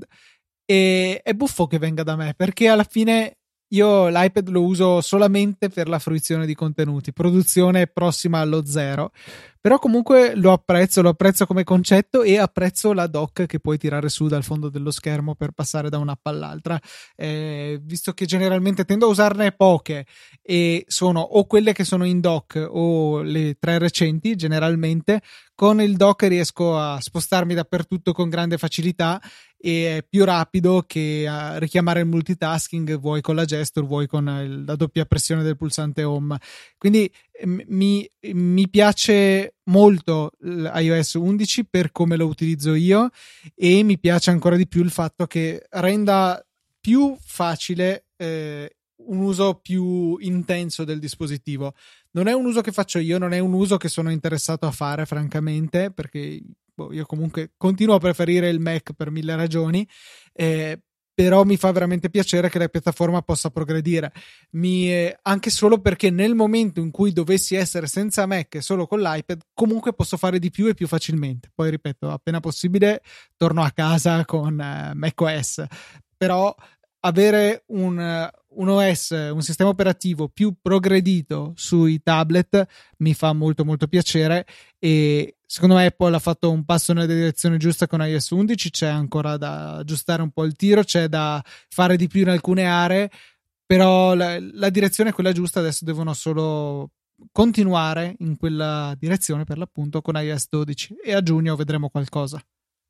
E è buffo che venga da me, perché alla fine io l'iPad lo uso solamente per la fruizione di contenuti, produzione prossima allo zero, però comunque lo apprezzo, lo apprezzo come concetto, e apprezzo la dock che puoi tirare su dal fondo dello schermo per passare da un'app all'altra, eh, visto che generalmente tendo a usarne poche e sono o quelle che sono in dock o le tre recenti. Generalmente con il dock riesco a spostarmi dappertutto con grande facilità, e è più rapido che a richiamare il multitasking, vuoi con la gesture, vuoi con il, la doppia pressione del pulsante home. Quindi mi, mi piace molto iOS undici per come lo utilizzo io, e mi piace ancora di più il fatto che renda più facile eh, un uso più intenso del dispositivo. Non è un uso che faccio io, non è un uso che sono interessato a fare, francamente, perché boh, io comunque continuo a preferire il Mac per mille ragioni, eh, però mi fa veramente piacere che la piattaforma possa progredire. Mi, eh, anche solo perché nel momento in cui dovessi essere senza Mac e solo con l'iPad, comunque posso fare di più e più facilmente. Poi ripeto, appena possibile torno a casa con eh, macOS, però avere un, un O S, un sistema operativo più progredito sui tablet mi fa molto molto piacere, e secondo me Apple ha fatto un passo nella direzione giusta con iOS undici. C'è ancora da aggiustare un po' il tiro, c'è da fare di più in alcune aree, però la, la direzione è quella giusta. Adesso devono solo continuare in quella direzione, per l'appunto, con iOS dodici, e a giugno vedremo qualcosa.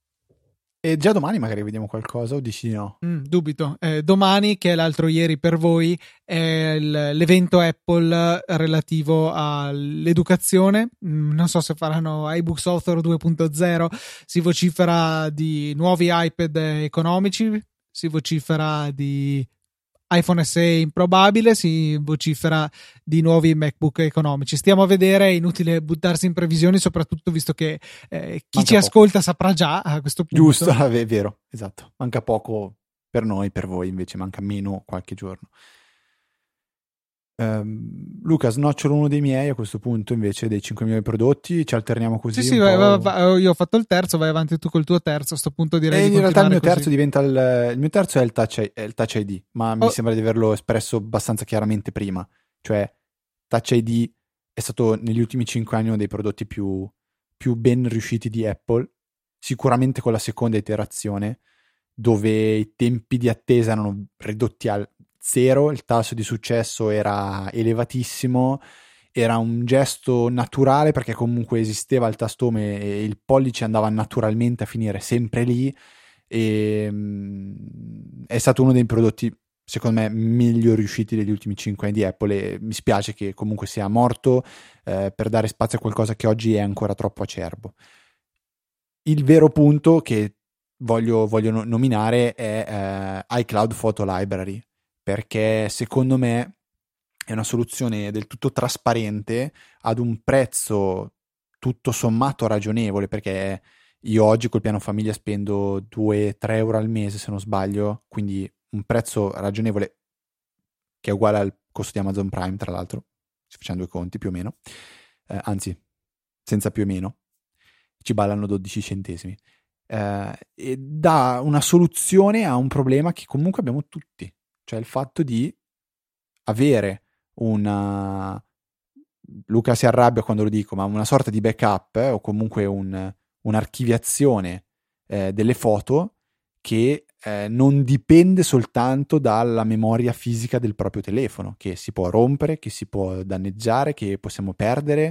E già domani magari vediamo qualcosa, o dici di no? Mm, dubito. Eh, domani, che è l'altro ieri per voi, è il, l'evento Apple relativo all'educazione. Mm, non so se faranno iBooks Author due punto zero, si vocifera di nuovi iPad economici, si vocifera di iPhone S E improbabile, si vocifera di nuovi MacBook economici. Stiamo a vedere, è inutile buttarsi in previsioni, soprattutto visto che eh, chi Manca ci poco. ascolta saprà già a questo punto. Giusto, è vero, esatto. Manca poco per noi, per voi invece manca meno qualche giorno. Um, Luca, snocciolo uno dei miei a questo punto invece dei cinque milioni di prodotti, ci alterniamo così. Sì, sì, vai, vai, vai, io ho fatto il terzo, vai avanti tu col tuo terzo. A sto punto direi e di in realtà il mio così. terzo diventa il, il mio terzo è il Touch, è il Touch I D, ma mi oh. sembra di averlo espresso abbastanza chiaramente prima. Cioè, Touch I D è stato negli ultimi cinque anni uno dei prodotti più, più ben riusciti di Apple, sicuramente con la seconda iterazione, dove i tempi di attesa erano ridotti al zero, il tasso di successo era elevatissimo, era un gesto naturale perché comunque esisteva il tastome e il pollice andava naturalmente a finire sempre lì, e mh, è stato uno dei prodotti secondo me meglio riusciti degli ultimi cinque anni di Apple, e mi spiace che comunque sia morto eh, per dare spazio a qualcosa che oggi è ancora troppo acerbo. Il vero punto che voglio, voglio nominare è eh, iCloud Photo Library, perché secondo me è una soluzione del tutto trasparente ad un prezzo tutto sommato ragionevole, perché io oggi col piano famiglia spendo due tre euro al mese se non sbaglio, quindi un prezzo ragionevole che è uguale al costo di Amazon Prime, tra l'altro, se facciamo due conti più o meno, eh, anzi senza più o meno, ci ballano dodici centesimi. Eh, e dà una soluzione a un problema che comunque abbiamo tutti, cioè il fatto di avere una... Luca si arrabbia quando lo dico, ma una sorta di backup eh, o comunque un, un'archiviazione eh, delle foto che eh, non dipende soltanto dalla memoria fisica del proprio telefono, che si può rompere, che si può danneggiare, che possiamo perdere,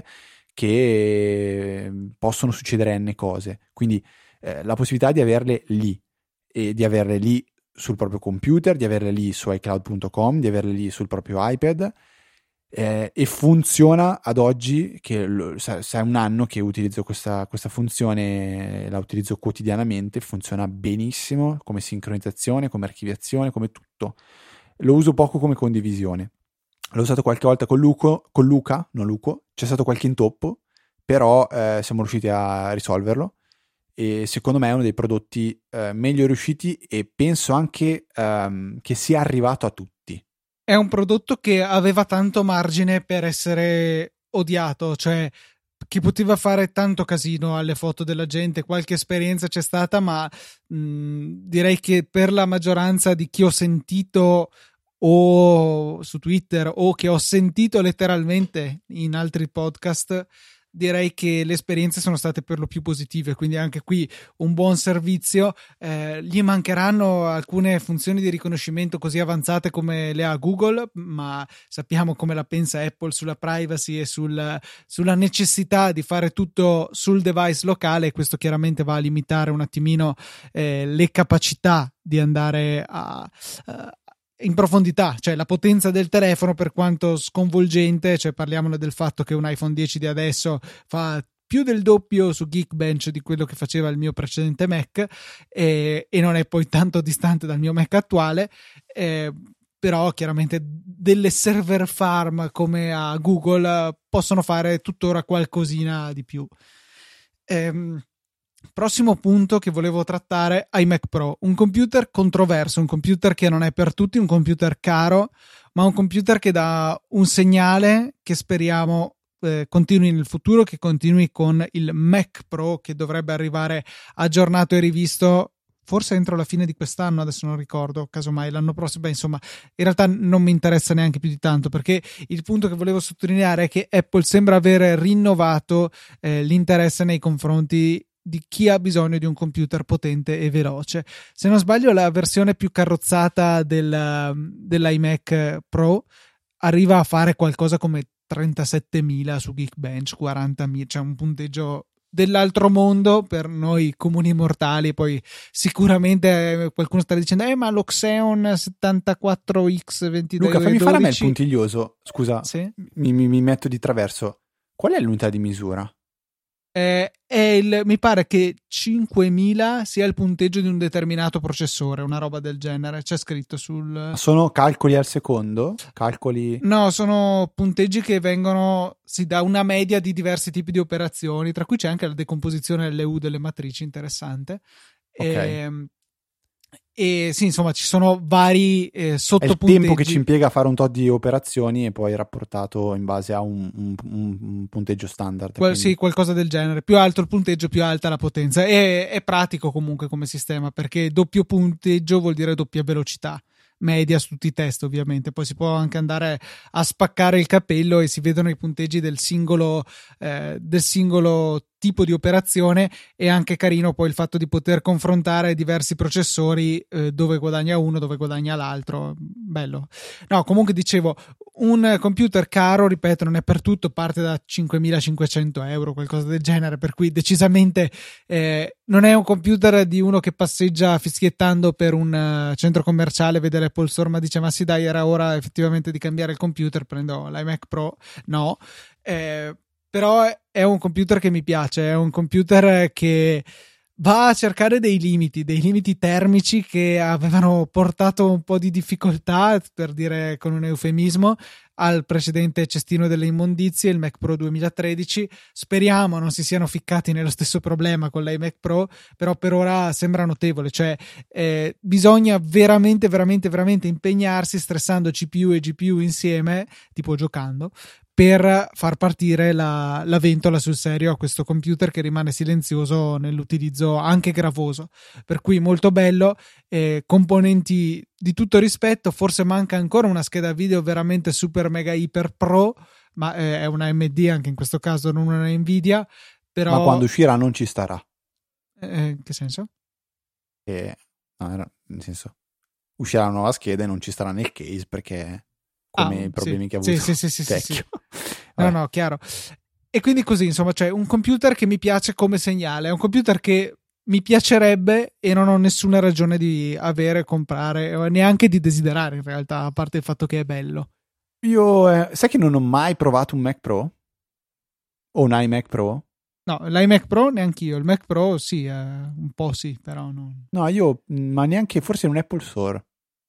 che possono succedere n cose. Quindi eh, la possibilità di averle lì e di averle lì sul proprio computer, di averle lì su iCloud punto com, di averle lì sul proprio iPad, eh, e funziona ad oggi, che lo, sa, sa, è un anno che utilizzo questa, questa funzione, la utilizzo quotidianamente, funziona benissimo come sincronizzazione, come archiviazione, come tutto. Lo uso poco come condivisione. L'ho usato qualche volta con, Luco, con Luca, non Luco, c'è stato qualche intoppo, però eh, siamo riusciti a risolverlo, e secondo me è uno dei prodotti eh, meglio riusciti, e penso anche ehm, che sia arrivato a tutti. È un prodotto che aveva tanto margine per essere odiato, cioè che poteva fare tanto casino alle foto della gente, qualche esperienza c'è stata, ma mh, direi che per la maggioranza di chi ho sentito o su Twitter o che ho sentito letteralmente in altri podcast, direi che le esperienze sono state per lo più positive, quindi anche qui un buon servizio. Eh, gli mancheranno alcune funzioni di riconoscimento così avanzate come le ha Google, ma sappiamo come la pensa Apple sulla privacy e sul, sulla necessità di fare tutto sul device locale, e questo chiaramente va a limitare un attimino eh, le capacità di andare a, a in profondità, cioè la potenza del telefono, per quanto sconvolgente, cioè parliamone del fatto che un iPhone dieci di adesso fa più del doppio su Geekbench di quello che faceva il mio precedente Mac, e, e non è poi tanto distante dal mio Mac attuale, eh, però chiaramente delle server farm come a Google possono fare tuttora qualcosina di più. Ehm Prossimo punto che volevo trattare, iMac Pro, un computer controverso, un computer che non è per tutti, un computer caro, ma un computer che dà un segnale che speriamo eh, continui nel futuro, che continui con il Mac Pro, che dovrebbe arrivare aggiornato e rivisto forse entro la fine di quest'anno, adesso non ricordo, casomai l'anno prossimo. Beh, insomma, in realtà non mi interessa neanche più di tanto, perché il punto che volevo sottolineare è che Apple sembra aver rinnovato eh, l'interesse nei confronti di chi ha bisogno di un computer potente e veloce. Se non sbaglio, la versione più carrozzata del, dell'iMac Pro arriva a fare qualcosa come trentasettemila su Geekbench, quarantamila, cioè un punteggio dell'altro mondo per noi comuni mortali. Poi sicuramente qualcuno sta dicendo eh ma lo Xeon settantaquattro X ventidue Luca, fammi fare a me il puntiglioso, scusa, sì? mi, mi, mi metto di traverso. Qual è l'unità di misura? Eh, è il, mi pare che cinquemila sia il punteggio di un determinato processore, una roba del genere, c'è scritto sul... Sono calcoli al secondo? Calcoli... No, sono punteggi che vengono si da una media di diversi tipi di operazioni, tra cui c'è anche la decomposizione L U delle matrici, interessante. Okay. E, E sì, insomma, ci sono vari eh, sottopunteggi. È il tempo che ci impiega a fare un tot di operazioni e poi rapportato in base a un, un, un, un punteggio standard. Qual- quindi... Sì, qualcosa del genere. Più alto il punteggio, più alta la potenza. E, è pratico comunque come sistema, perché doppio punteggio vuol dire doppia velocità media su tutti i test, ovviamente. Poi si può anche andare a spaccare il capello e si vedono i punteggi del singolo eh, del singolo tipo di operazione. È anche carino poi il fatto di poter confrontare diversi processori, eh, dove guadagna uno, dove guadagna l'altro. Bello. No, comunque dicevo, un computer caro, ripeto, non è per tutto, parte da cinquemilacinquecento euro, qualcosa del genere, per cui decisamente eh, non è un computer di uno che passeggia fischiettando per un uh, centro commerciale, vede l'Apple Store ma dice ma sì dai, era ora effettivamente di cambiare il computer, prendo l'iMac Pro. No, eh, però è un computer che mi piace, è un computer che va a cercare dei limiti, dei limiti termici che avevano portato un po' di difficoltà, per dire con un eufemismo, al precedente cestino delle immondizie, il Mac Pro duemilatredici. Speriamo non si siano ficcati nello stesso problema con l'iMac Pro, però per ora sembra notevole, cioè eh, bisogna veramente, veramente, veramente impegnarsi stressando C P U e G P U insieme, tipo giocando, per far partire la, la ventola sul serio a questo computer che rimane silenzioso nell'utilizzo anche gravoso, per cui molto bello. Eh, componenti di tutto rispetto, forse manca ancora una scheda video veramente super mega iper pro, ma eh, è una A M D anche in questo caso, non una Nvidia, però... Ma quando uscirà non ci starà. Eh, in che senso? E, no, nel senso, uscirà una nuova scheda e non ci starà nel case perché... come ah, i problemi sì, che ha avuto sì, sì, sì, sì, vecchio. sì. No, no, chiaro. E quindi così, insomma, cioè un computer che mi piace come segnale, è un computer che mi piacerebbe e non ho nessuna ragione di avere, comprare o neanche di desiderare in realtà, a parte il fatto che è bello. Io, eh, sai che non ho mai provato un Mac Pro? O un iMac Pro? No, l'iMac Pro neanche io, il Mac Pro sì, eh, un po' sì, però non... No, io, ma neanche forse in un Apple Store.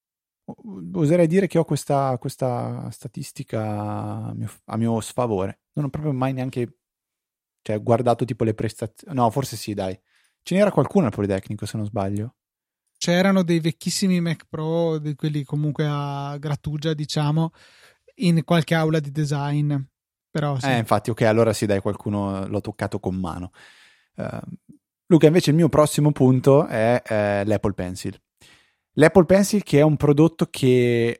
Oserei dire che ho questa, questa statistica a mio, a mio sfavore. Non ho proprio mai neanche, cioè, guardato tipo le prestazioni. No, forse sì, dai. Ce n'era qualcuno al Politecnico, se non sbaglio. C'erano dei vecchissimi Mac Pro, di quelli comunque a grattugia, diciamo, in qualche aula di design. Però sì. Eh, infatti, ok, allora sì, dai, qualcuno l'ho toccato con mano. Uh, Luca, invece il mio prossimo punto è eh, l'Apple Pencil. L'Apple Pencil, che è un prodotto che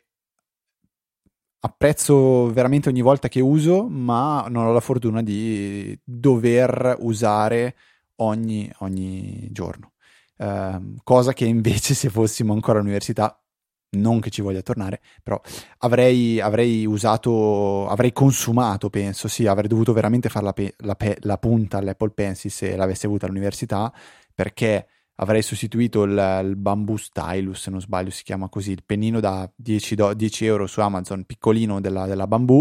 apprezzo veramente ogni volta che uso, ma non ho la fortuna di dover usare ogni, ogni giorno. Uh, cosa che invece se fossimo ancora all'università, non che ci voglia tornare, però avrei, avrei usato, avrei consumato, penso, sì, avrei dovuto veramente fare la, pe- la, pe- la punta all'Apple Pencil se l'avessi avuta all'università, perché avrei sostituito il, il Bamboo Stylus, se non sbaglio si chiama così, il pennino da dieci, do, dieci euro su Amazon, piccolino della, della Bamboo,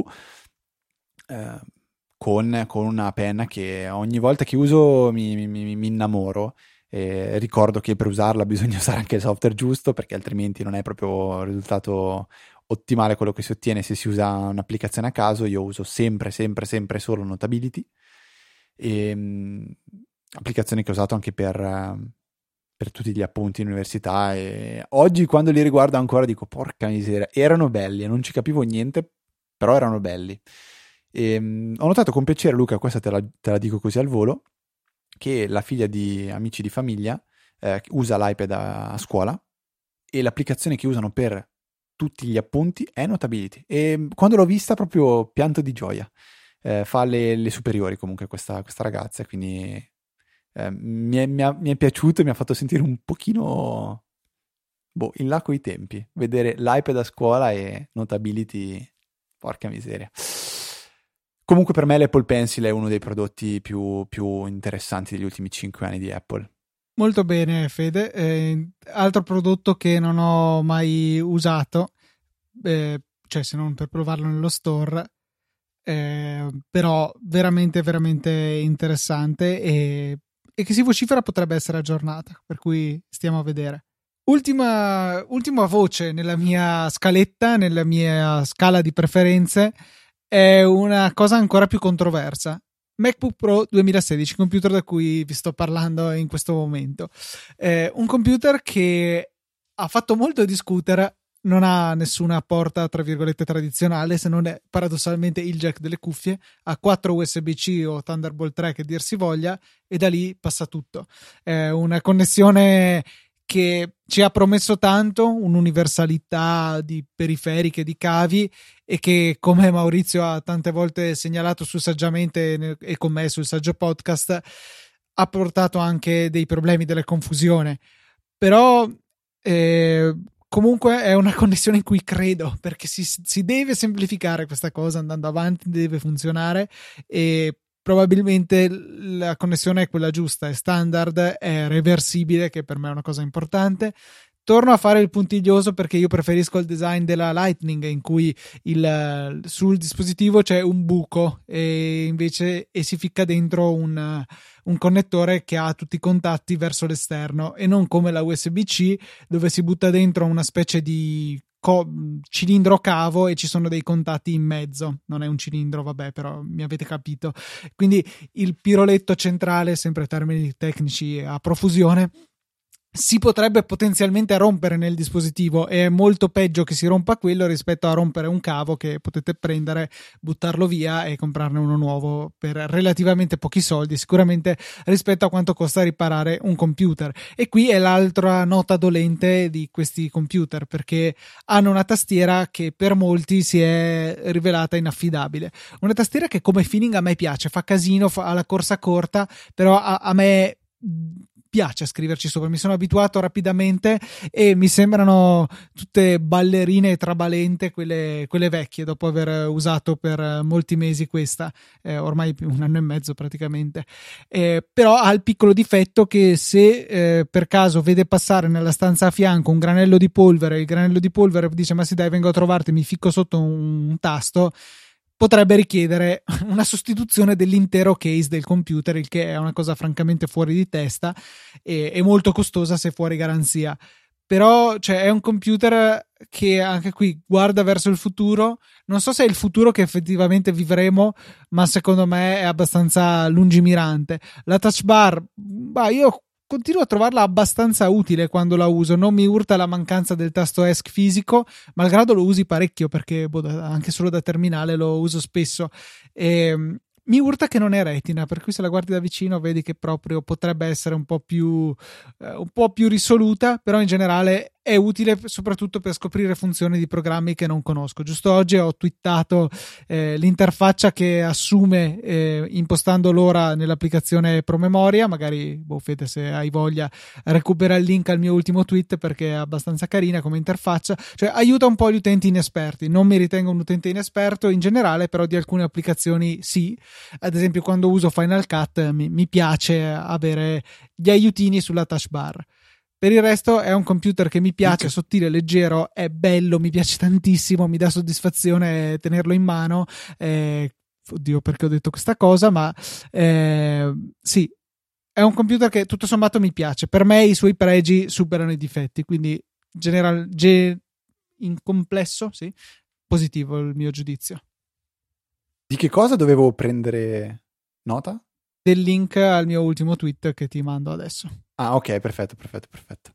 eh, con, con una penna che ogni volta che uso mi, mi, mi, mi innamoro. E ricordo che per usarla bisogna usare anche il software giusto, perché altrimenti non è proprio il risultato ottimale quello che si ottiene se si usa un'applicazione a caso. Io uso sempre, sempre, sempre solo Notability, e, mh, applicazione che ho usato anche per, uh, per tutti gli appunti in università, e oggi quando li riguardo ancora dico porca miseria, erano belli e non ci capivo niente, però erano belli. E, mh, ho notato con piacere, Luca, questa te la, te la dico così al volo, che la figlia di amici di famiglia eh, usa l'iPad a, a scuola, e l'applicazione che usano per tutti gli appunti è Notability, e quando l'ho vista proprio pianto di gioia. Eh, fa le, le superiori comunque questa, questa ragazza, quindi eh, mi, è, mi, ha, mi è piaciuto e mi ha fatto sentire un pochino boh, in là coi tempi, vedere l'iPad a scuola e Notability, porca miseria. Comunque per me l'Apple Pencil è uno dei prodotti più, più interessanti degli ultimi cinque anni di Apple. Molto bene, Fede. Eh, altro prodotto che non ho mai usato, eh, cioè se non per provarlo nello store, eh, però veramente, veramente interessante, e, e che si vocifera potrebbe essere aggiornata, per cui stiamo a vedere. Ultima, ultima voce nella mia scaletta, nella mia scala di preferenze, è una cosa ancora più controversa. MacBook Pro duemilasedici, computer da cui vi sto parlando in questo momento. Eh, un computer che ha fatto molto discutere, non ha nessuna porta tra virgolette tradizionale, se non è paradossalmente il jack delle cuffie, ha quattro U S B C o Thunderbolt tre che dir si voglia, e da lì passa tutto. È una connessione che ci ha promesso tanto, un'universalità di periferiche, di cavi, e che, come Maurizio ha tante volte segnalato su Saggiamente e con me sul Saggio Podcast, ha portato anche dei problemi, delle confusione. Però eh, comunque è una connessione in cui credo, perché si, si deve semplificare questa cosa andando avanti, deve funzionare, e probabilmente la connessione è quella giusta, è standard, è reversibile, che per me è una cosa importante. Torno a fare il puntiglioso perché io preferisco il design della Lightning, in cui il, sul dispositivo c'è un buco e invece e si ficca dentro un, un connettore che ha tutti i contatti verso l'esterno, e non come la U S B C dove si butta dentro una specie di co- cilindro cavo e ci sono dei contatti in mezzo. Non è un cilindro, vabbè, però mi avete capito. Quindi il piroletto centrale, sempre termini tecnici a profusione, si potrebbe potenzialmente rompere nel dispositivo, e è molto peggio che si rompa quello rispetto a rompere un cavo che potete prendere, buttarlo via e comprarne uno nuovo per relativamente pochi soldi, sicuramente rispetto a quanto costa riparare un computer. E qui è l'altra nota dolente di questi computer, perché hanno una tastiera che per molti si è rivelata inaffidabile, una tastiera che come feeling a me piace, fa casino, fa la corsa corta, però a, a me piace scriverci sopra, mi sono abituato rapidamente e mi sembrano tutte ballerine e trabalente quelle, quelle vecchie, dopo aver usato per molti mesi questa, eh, ormai un anno e mezzo praticamente. Eh, però ha il piccolo difetto che se eh, per caso vede passare nella stanza a fianco un granello di polvere, il granello di polvere dice ma sì dai vengo a trovarti, mi ficco sotto un, un tasto, potrebbe richiedere una sostituzione dell'intero case del computer, il che è una cosa francamente fuori di testa e, e molto costosa se fuori garanzia. Però cioè, è un computer che anche qui guarda verso il futuro. Non so se è il futuro che effettivamente vivremo, ma secondo me è abbastanza lungimirante. La touch bar, bah, io continuo a trovarla abbastanza utile quando la uso, non mi urta la mancanza del tasto E S C fisico, malgrado lo usi parecchio perché boh, anche solo da terminale lo uso spesso. E mi urta che non è retina, per cui se la guardi da vicino vedi che proprio potrebbe essere un po' più eh, un po' più risoluta, però in generale è utile soprattutto per scoprire funzioni di programmi che non conosco. Giusto oggi ho twittato eh, l'interfaccia che assume eh, impostando l'ora nell'applicazione Promemoria, magari boh, Fede, se hai voglia recupera il link al mio ultimo tweet perché è abbastanza carina come interfaccia, cioè aiuta un po' gli utenti inesperti. Non mi ritengo un utente inesperto in generale, però di alcune applicazioni sì. Ad esempio quando uso Final Cut mi, mi piace avere gli aiutini sulla touch bar. Per il resto è un computer che mi piace, sottile, leggero, è bello, mi piace tantissimo, mi dà soddisfazione tenerlo in mano. Eh, oddio, perché ho detto questa cosa, ma eh, sì, è un computer che tutto sommato mi piace. Per me i suoi pregi superano i difetti, quindi general, ge, in complesso, sì, positivo il mio giudizio. Di che cosa dovevo prendere nota? Del link al mio ultimo tweet che ti mando adesso. Ah, ok, perfetto, perfetto, perfetto.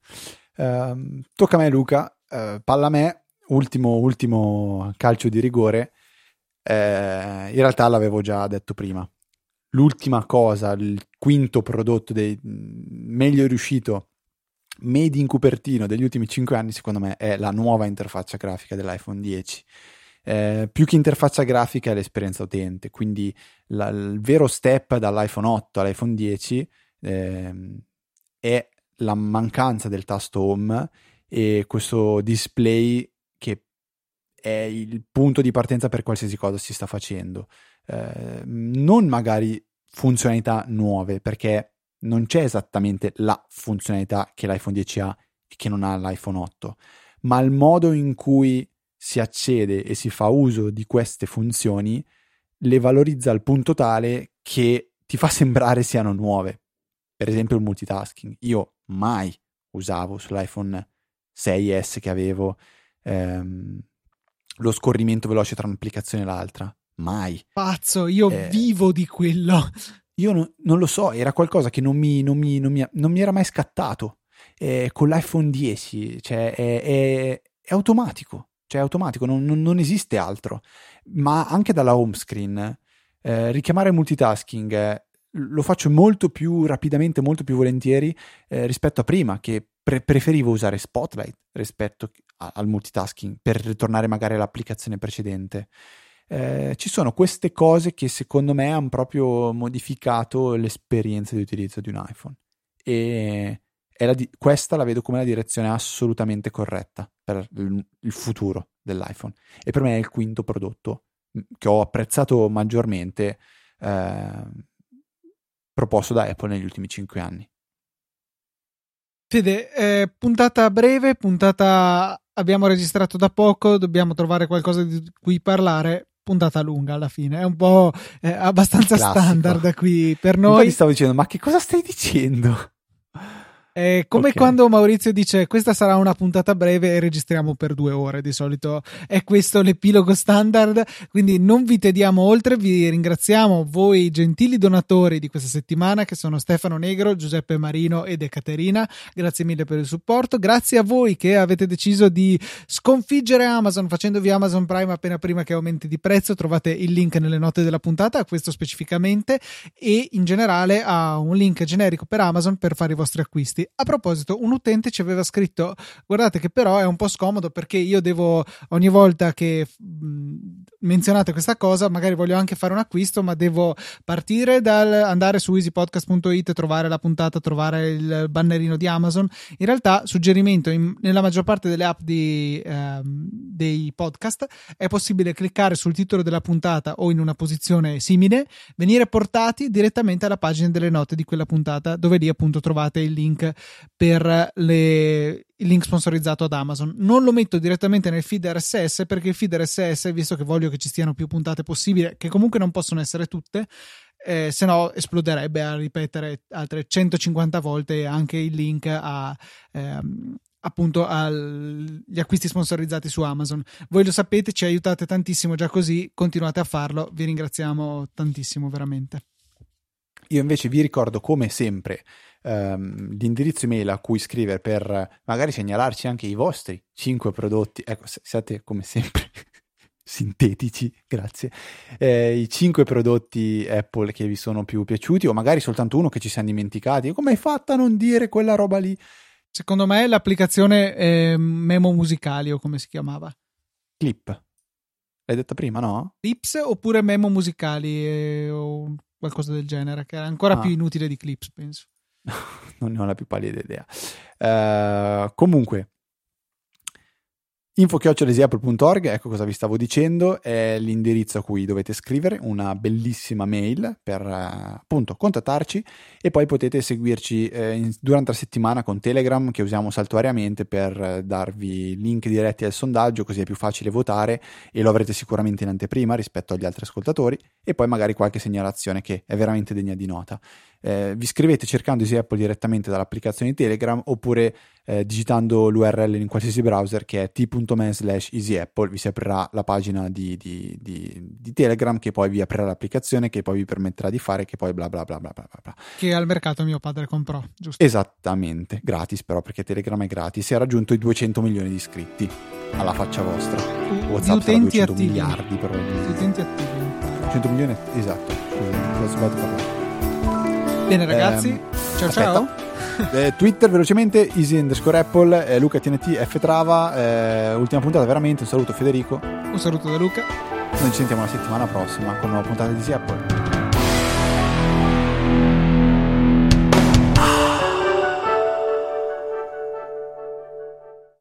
Uh, tocca a me, Luca. Uh, palla a me, ultimo, ultimo calcio di rigore. Uh, in realtà l'avevo già detto prima. L'ultima cosa, il quinto prodotto dei, meglio riuscito, made in Cupertino degli ultimi cinque anni, secondo me, è la nuova interfaccia grafica dell'iPhone dieci. Eh, più che interfaccia grafica è l'esperienza utente, quindi la, il vero step dall'iPhone otto all'iPhone dieci eh, è la mancanza del tasto home e questo display che è il punto di partenza per qualsiasi cosa si sta facendo. Eh, non magari funzionalità nuove, perché non c'è esattamente la funzionalità che l'iPhone dieci ha e che non ha l'iPhone otto, ma il modo in cui si accede e si fa uso di queste funzioni le valorizza al punto tale che ti fa sembrare siano nuove. Per esempio il multitasking. Io mai usavo sull'iPhone sei S che avevo ehm, lo scorrimento veloce tra un'applicazione e l'altra. Mai. Pazzo, io eh, vivo di quello. Io no, non lo so, era qualcosa che non mi, non, mi, non, mi, non mi era mai scattato. eh, con l'iPhone dieci, cioè è, è, è automatico, cioè è automatico, non, non, non esiste altro. Ma anche dalla home screen eh, richiamare il multitasking eh, lo faccio molto più rapidamente, molto più volentieri eh, rispetto a prima, che pre- preferivo usare Spotlight rispetto a- al multitasking per ritornare magari all'applicazione precedente. Eh, ci sono queste cose che secondo me hanno proprio modificato l'esperienza di utilizzo di un iPhone, e è la di- questa la vedo come la direzione assolutamente corretta per il, il futuro dell'iPhone, e per me è il quinto prodotto che ho apprezzato maggiormente eh, proposto da Apple negli ultimi cinque anni. Fede, eh, puntata breve, puntata abbiamo registrato da poco, dobbiamo trovare qualcosa di cui parlare, puntata lunga alla fine, è un po' eh, abbastanza standard qui per noi. Infatti stavo dicendo, ma che cosa stai dicendo? È come okay. Quando Maurizio dice questa sarà una puntata breve e registriamo per due ore, di solito è questo l'epilogo standard, quindi non vi tediamo oltre, vi ringraziamo voi gentili donatori di questa settimana che sono Stefano Negro, Giuseppe Marino ed Ekaterina, grazie mille per il supporto, grazie a voi che avete deciso di sconfiggere Amazon facendovi Amazon Prime appena prima che aumenti di prezzo, trovate il link nelle note della puntata a questo specificamente, e in generale a un link generico per Amazon per fare i vostri acquisti. A proposito, un utente ci aveva scritto: guardate che però è un po' scomodo perché io devo, ogni volta che mh, menzionate questa cosa, magari voglio anche fare un acquisto, ma devo partire dal andare su easypodcast punto it, trovare la puntata, trovare il bannerino di Amazon. In realtà, suggerimento, in, nella maggior parte delle app di, ehm, dei podcast è possibile cliccare sul titolo della puntata o in una posizione simile, venire portati direttamente alla pagina delle note di quella puntata, dove lì appunto trovate il link per le, il link sponsorizzato ad Amazon. Non lo metto direttamente nel feed R S S perché il feed R S S, visto che voglio che ci stiano più puntate possibile, che comunque non possono essere tutte, eh, se no esploderebbe a ripetere altre centocinquanta volte anche il link a ehm, appunto agli acquisti sponsorizzati su Amazon. Voi lo sapete, ci aiutate tantissimo già così, continuate a farlo, vi ringraziamo tantissimo veramente. Io invece vi ricordo come sempre Um, l'indirizzo email a cui scrivere per magari segnalarci anche i vostri cinque prodotti, ecco, siate come sempre sintetici, grazie, eh, i cinque prodotti Apple che vi sono più piaciuti, o magari soltanto uno che ci siamo dimenticati. Come hai fatto a non dire quella roba lì? Secondo me l'applicazione eh, Memo Musicali, o come si chiamava? Clip, l'hai detto prima, no? Clips oppure Memo Musicali eh, o qualcosa del genere, che era ancora ah. più inutile di Clips, penso. Non ne ho la più pallida idea. Uh, comunque, info chiocciola easy apple punto org, ecco cosa vi stavo dicendo, è l'indirizzo a cui dovete scrivere una bellissima mail per uh, appunto contattarci, e poi potete seguirci eh, in, durante la settimana con Telegram, che usiamo saltuariamente per uh, darvi link diretti al sondaggio, così è più facile votare e lo avrete sicuramente in anteprima rispetto agli altri ascoltatori, e poi magari qualche segnalazione che è veramente degna di nota. Eh, vi scrivete cercando Easy Apple direttamente dall'applicazione di Telegram, oppure eh, digitando l'U R L in qualsiasi browser, che è t.me slash easyapple, vi si aprirà la pagina di, di, di, di Telegram, che poi vi aprirà l'applicazione, che poi vi permetterà di fare, che poi bla bla bla bla bla bla. Che al mercato mio padre comprò, giusto? Esattamente, gratis però, perché Telegram è gratis e ha raggiunto i duecento milioni di iscritti, alla faccia vostra. WhatsApp di utenti sarà duecento attivi. Miliardi probabilmente. Di utenti attivi. cento milioni, esatto, scusa, ho sbagliato a parlare. Bene ragazzi, eh, ciao aspetta. ciao. Eh, Twitter velocemente, easy underscore Apple, eh, Luca T N T, F Trava, eh, ultima puntata veramente, un saluto Federico. Un saluto da Luca. Noi ci sentiamo la settimana prossima con una nuova puntata di Easy Apple.